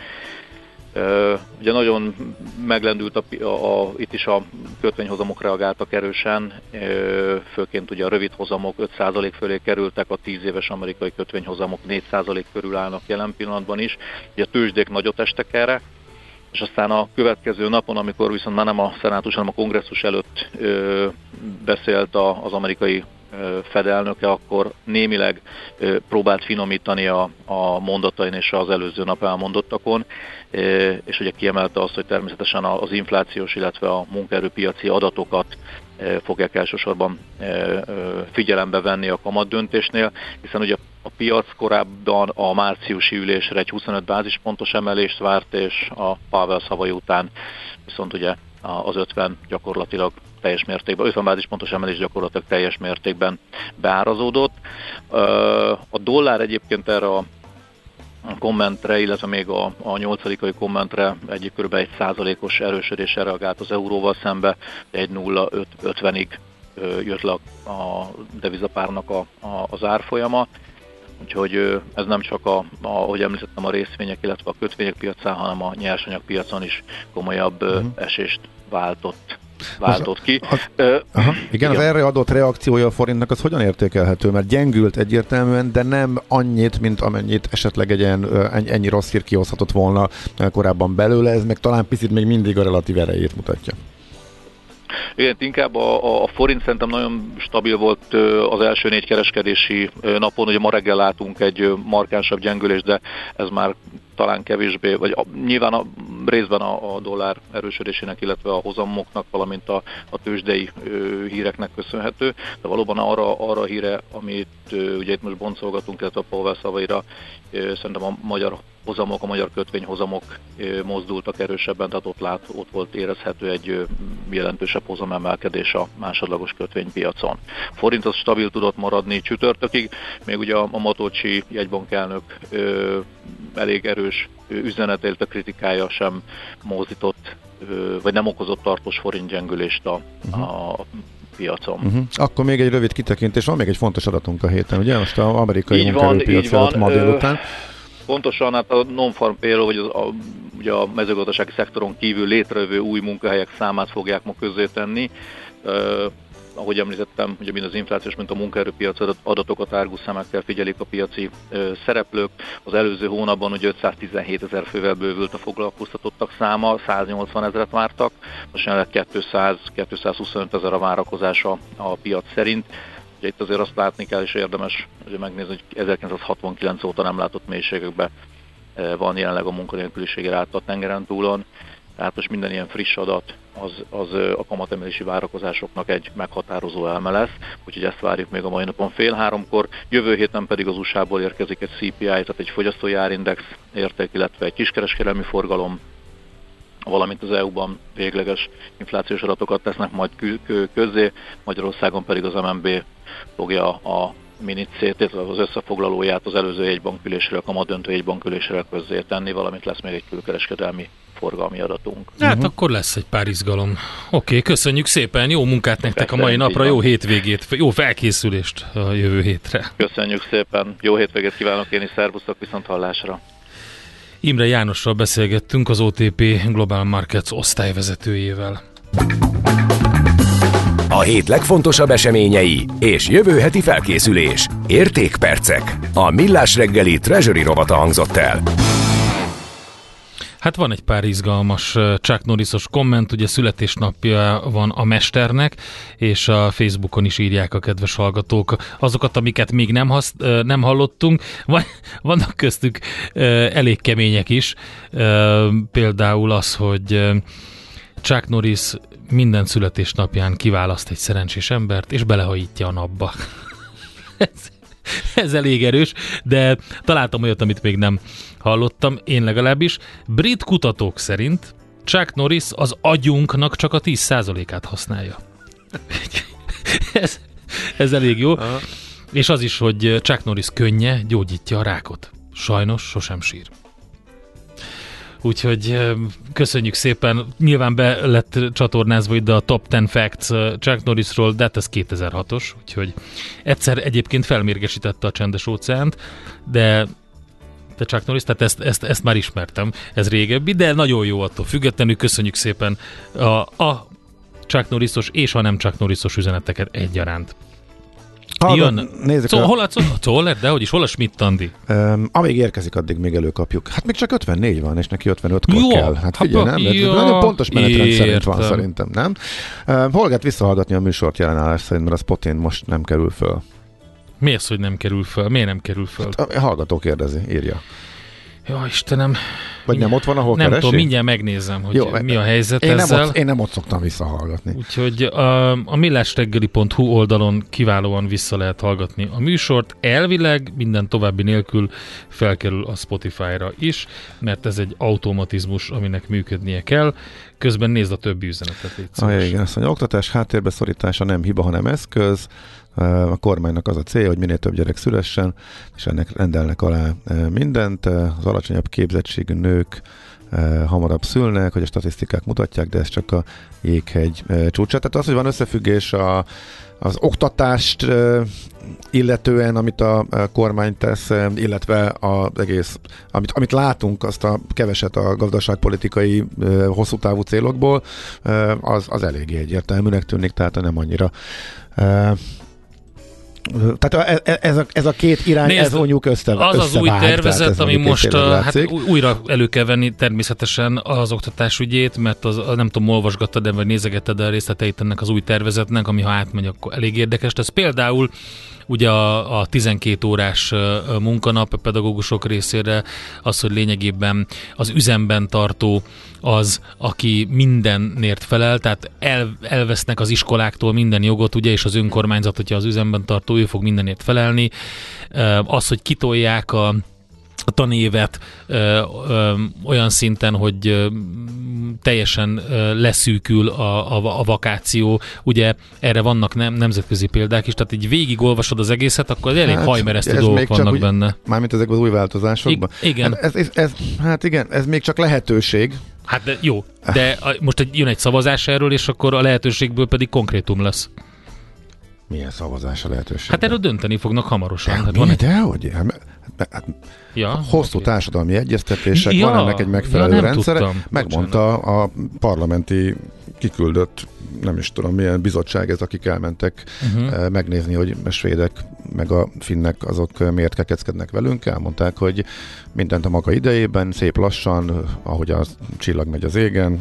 Ugye nagyon meglendült, a, a, a, itt is a kötvényhozamok reagáltak erősen, főként ugye a rövid hozamok öt százalék fölé kerültek, a tíz éves amerikai kötvényhozamok négy százalék körül állnak jelen pillanatban is. Ugye a tőzsdék nagyot estek erre, és aztán a következő napon, amikor viszont már nem a szenátus, hanem a kongresszus előtt ö, beszélt a, az amerikai Fed elnöke, akkor némileg próbált finomítani a, a mondatain és az előző nap elmondottakon, és ugye kiemelte azt, hogy természetesen az inflációs, illetve a munkaerőpiaci adatokat fogják elsősorban figyelembe venni a kamat döntésnél, hiszen ugye a piac korábban a márciusi ülésre egy huszonöt bázispontos emelést várt, és a Powell szavai után viszont ugye az ötven gyakorlatilag teljes mértékben, ötven bázispontos emelés gyakorlatilag teljes mértékben beárazódott. A dollár egyébként erre a kommentre, illetve még a, a nyolcadikai kommentre egy kb. egy százalékos erősödésre reagált az euróval szembe, egy nulla ötvenig jött le a devizapárnak a, a, az árfolyama. Úgyhogy ez nem csak, a, a, ahogy említettem, a részvények, illetve a kötvények piacán, hanem a nyersanyagpiacon is komolyabb uh-huh. esést váltott. váltott ki. Az, az, uh, aha, igen, igen, az erre adott reakciója a forintnak az hogyan értékelhető? Mert gyengült egyértelműen, de nem annyit, mint amennyit esetleg egy ilyen, ennyi rossz hír kihozhatott volna korábban belőle, ez meg talán picit még mindig a relatív erejét mutatja. Igen, inkább a, a forint szerintem nagyon stabil volt az első négy kereskedési napon, ugye ma reggel látunk egy markánsabb gyengülést, de ez már talán kevésbé, vagy a, nyilván a részben a, a dollár erősödésének, illetve a hozamoknak, valamint a, a tőzsdei ö, híreknek köszönhető, de valóban arra, arra a híre, amit ö, ugye itt most boncolgatunk, illetve a Powell szavaira, ö, szerintem a magyar hozamok, a magyar kötvényhozamok ö, mozdultak erősebben, tehát ott, lát, ott volt érezhető egy ö, jelentősebb hozamemelkedés a másodlagos kötvénypiacon. Forint az stabil tudott maradni csütörtökig, még ugye a, a Matolcsi jegybankelnök ö, elég erős üzenet, illetve kritikája sem mozdított, vagy nem okozott tartós forintgyengülést a, uh-huh. a piacon. Uh-huh. Akkor még egy rövid kitekintés, van még egy fontos adatunk a héten, ugye? Most az amerikai munkaerőpiac előtt ma délután. Pontosan, hát a non-farm payroll, vagy az, a, ugye a mezőgazdasági szektoron kívül létrejövő új munkahelyek számát fogják ma közzétenni. Uh, ahogy említettem, ugye mind az inflációs, mint a munkaerőpiac adatokat árgus szemekkel figyelik a piaci ö, szereplők. Az előző hónapban ugye ötszáztizenhét ezer fővel bővült a foglalkoztatottak száma, száznyolcvan ezret vártak, most jelenleg kétszáz-kétszázhuszonöt ezer a várakozása a piac szerint. Ugye itt azért azt látni kell, és érdemes ugye megnézni, hogy ezerkilencszázhatvankilenc óta nem látott mélységekben van jelenleg a munkanélküliség ráta a tengeren túlon. Tehát most minden ilyen friss adat az, az a kamatemelési várakozásoknak egy meghatározó eleme lesz, úgyhogy ezt várjuk még a mai napon fél háromkor. Jövő héten pedig az u es á-ból érkezik egy cé pé i, tehát egy fogyasztói árindex érték, illetve egy kiskereskedelmi forgalom, valamint az é u-ban végleges inflációs adatokat tesznek majd közzé, Magyarországon pedig az em en bé fogja a minicét, az összefoglalóját az előző jegybankülésről, a kamatdöntő jegybankülésről közzé tenni, valamint lesz még egy külkereskedelmi forgalmi adatunk. Hát uh-huh. akkor lesz egy pár izgalom. Oké, okay, köszönjük szépen, jó munkát nektek a mai napra, jó hétvégét, jó felkészülést a jövő hétre. Köszönjük szépen, jó hétvégét kívánok én is, szervusztok, viszont hallásra. Imre Jánossal beszélgettünk, az o té pé Global Markets osztályvezetőjével. A hét legfontosabb eseményei és jövő heti felkészülés. Értékpercek. A Millás reggeli Treasury rovata hangzott el. Hát van egy pár izgalmas Chuck Norrisos komment, ugye születésnapja van a mesternek, és a Facebookon is írják a kedves hallgatók azokat, amiket még nem, hasz, nem hallottunk. Van, vannak köztük elég kemények is, például az, hogy Chuck Norris minden születésnapján kiválaszt egy szerencsés embert, és belehajítja a napba. ez, ez elég erős, de találtam olyat, amit még nem hallottam, én legalábbis. Brit kutatók szerint Chuck Norris az agyunknak csak a tíz százalékát használja. ez, ez elég jó. Aha. És az is, hogy Chuck Norris könnye gyógyítja a rákot. Sajnos sosem sír. Úgyhogy köszönjük szépen. Nyilván be lett csatornázva ide a Top tíz Facts Chuck Norrisról, de hát ez kétezer-hatos, úgyhogy egyszer egyébként felmérgesítette a Csendes óceánt, de de Chuck Norris, tehát ezt, ezt, ezt már ismertem, ez régebbi, de nagyon jó attól függetlenül. Köszönjük szépen a, a Chuck Norrisos és a nem Chuck Norrisos üzeneteket egyaránt. Jön. Szóval hol a Czoller, de hogy is, hol a Schmidt-Andi? Um, amíg érkezik, addig még előkapjuk. Hát még csak ötvennégy van, és neki ötvenötkor jó, kell. Hát figyelj, nem? Jó, nagyon pontos menetrend értem. szerint van szerintem, nem? Uh, hol lehet visszahallgatni a műsort jelenállás szerint, mert a Spotin most nem kerül föl. Mi az, hogy nem kerül föl? Miért nem kerül föl? Hát a hallgató kérdezi, írja. Jó, Istenem. Vagy nem ott van, ahol nem keresi? Nem tudom, mindjárt megnézem, hogy jó, mi a helyzet én ezzel. Nem ott, én nem ott szoktam visszahallgatni. Úgyhogy a, a millásreggeli pont hu oldalon kiválóan vissza lehet hallgatni a műsort. Elvileg minden további nélkül felkerül a Spotify-ra is, mert ez egy automatizmus, aminek működnie kell. Közben nézd a többi üzenetet, légy szíves. Ah, igen, azt mondja, oktatás háttérbeszorítása nem hiba, hanem eszköz. A kormánynak az a célja, hogy minél több gyerek szülessen, és ennek rendelnek alá mindent. Az alacsonyabb képzettségű nők hamarabb szülnek, hogy a statisztikák mutatják, de ez csak a jéghegy csúcsa. Tehát az, hogy van összefüggés a, az oktatást illetően, amit a kormány tesz, illetve az egész, amit, amit látunk, azt a keveset a gazdaságpolitikai hosszú távú célokból, az, az eléggé egyértelműnek tűnik, tehát nem annyira tehát ez a, ez a két irány, Nézd, ez vonjuk össze, az az új tervezet, ami most a, hát látszik. újra elő kell venni természetesen az oktatásügyét, mert az, nem tudom, olvasgattad, de vagy nézegetted a részleteit ennek az új tervezetnek, ami ha átmegy, akkor elég érdekes. Ez például ugye a, a tizenkét órás munkanap a pedagógusok részére az, hogy lényegében az üzemben tartó az, aki mindenért felel, tehát el, elvesznek az iskoláktól minden jogot, ugye, és az önkormányzat, hogyha az üzemben tartó, ő fog mindenért felelni. Az, hogy kitolják a a tanévet ö, ö, olyan szinten, hogy ö, teljesen ö, leszűkül a, a, a vakáció. Ugye erre vannak nem, nemzetközi példák is, tehát így végigolvasod az egészet, akkor elég hát, hajmeresztő dolgok vannak úgy, benne. Mármint ezekben az új változásokban. I- igen. Ez, ez, ez, hát igen, ez még csak lehetőség. Hát de jó, de a, most egy, jön egy szavazás erről, és akkor a lehetőségből pedig konkrétum lesz. Milyen szavazás a lehetőség? Hát erről dönteni fognak hamarosan. De, hát van de, hogy? Hát, ja, hosszú okay. társadalmi egyeztetések, ja, van ennek egy megfelelő ja, rendszere. Tudtam. Megmondta a parlamenti kiküldött, nem is tudom milyen bizottság ez, akik elmentek uh-huh. megnézni, hogy a svédek meg a finnek azok miért kekeckednek velünk. Elmondták, hogy mindent a maga idejében, szép lassan, ahogy a csillag megy az égen,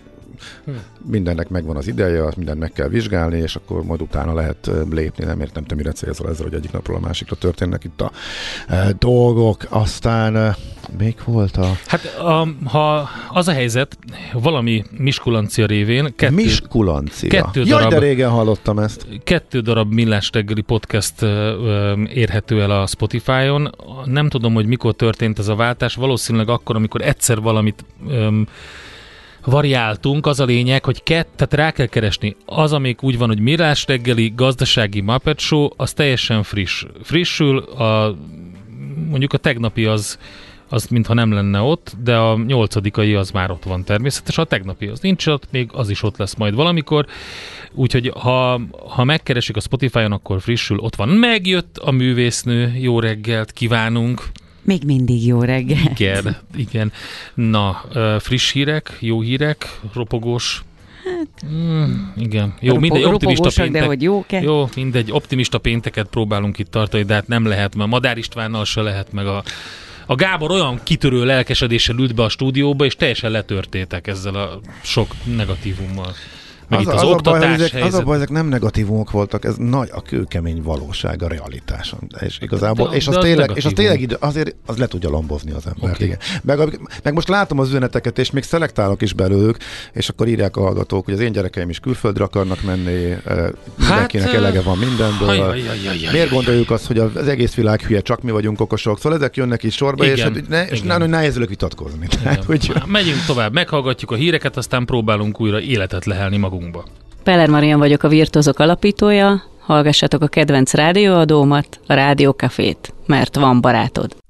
mindennek megvan az ideje, azt mindent meg kell vizsgálni, és akkor majd utána lehet lépni. Nem értem, te mire célzol ezzel, hogy egyik napról a másikra történnek itt a e, dolgok. Aztán e, még volt a... Hát a, ha az a helyzet, valami miskulancia révén... Kettő, miskulancia? Kettő Jaj, darab, de régen hallottam ezt. Kettő darab Millás reggeli podcast érhető el a Spotify-on. Nem tudom, hogy mikor történt ez a váltás. Valószínűleg akkor, amikor egyszer valamit... Um, variáltunk, az a lényeg, hogy kett, tehát rá kell keresni. Az, amik úgy van, hogy Millás reggeli gazdasági Muppet Show, az teljesen friss. Frissül, a, mondjuk a tegnapi az, az mintha nem lenne ott, de a nyolcadikai az már ott van természetesen. A tegnapi az nincs ott, még az is ott lesz majd valamikor. Úgyhogy ha, ha megkeresik a Spotify-on, akkor frissül, ott van. Megjött a művésznő, jó reggelt kívánunk! Még mindig jó reggel. Igen, igen. Na, friss hírek, jó hírek, ropogós. Hát, mm, igen. Jó, Ropo- mindegy, optimista péntek. De hogy jók-e? Jó, mindegy, optimista pénteket próbálunk itt tartani, de hát nem lehet, mert Madár Istvánnal se lehet, meg a, a Gábor olyan kitörő lelkesedéssel ült be a stúdióba, és teljesen letörtétek ezzel a sok negatívummal. Meg az, itt az, az oktatás a baj, ezek, az a baj, ezek nem negatívumok voltak, ez nagy a kőkemény valóság, a realitás. És igazából, de, és, az az tényleg, és az tényleg idő, azért az le tudja lombozni az embert. Okay. Igen. Meg, meg most látom az üzeneteket, és még szelektálok is belőlük, és akkor írják a hallgatók, hogy az én gyerekeim is külföldre akarnak menni, mindenkinek hát, elege van mindenből. Ajaj, ajaj, ajaj, Miért gondoljuk azt, hogy az egész világ hülye, csak mi vagyunk okosok? Szóval ezek jönnek is sorba, igen, és, hát, ne, és nagyon nehéz velük vitatkozni. Tehát, hogy... Megyünk tovább, meghallgatjuk a híreket, aztán próbálunk újra életet lehelni magunk. Peller Marian vagyok, a Virtozok alapítója, hallgassatok a kedvenc rádióadómat, a Rádiókafét, mert van barátod.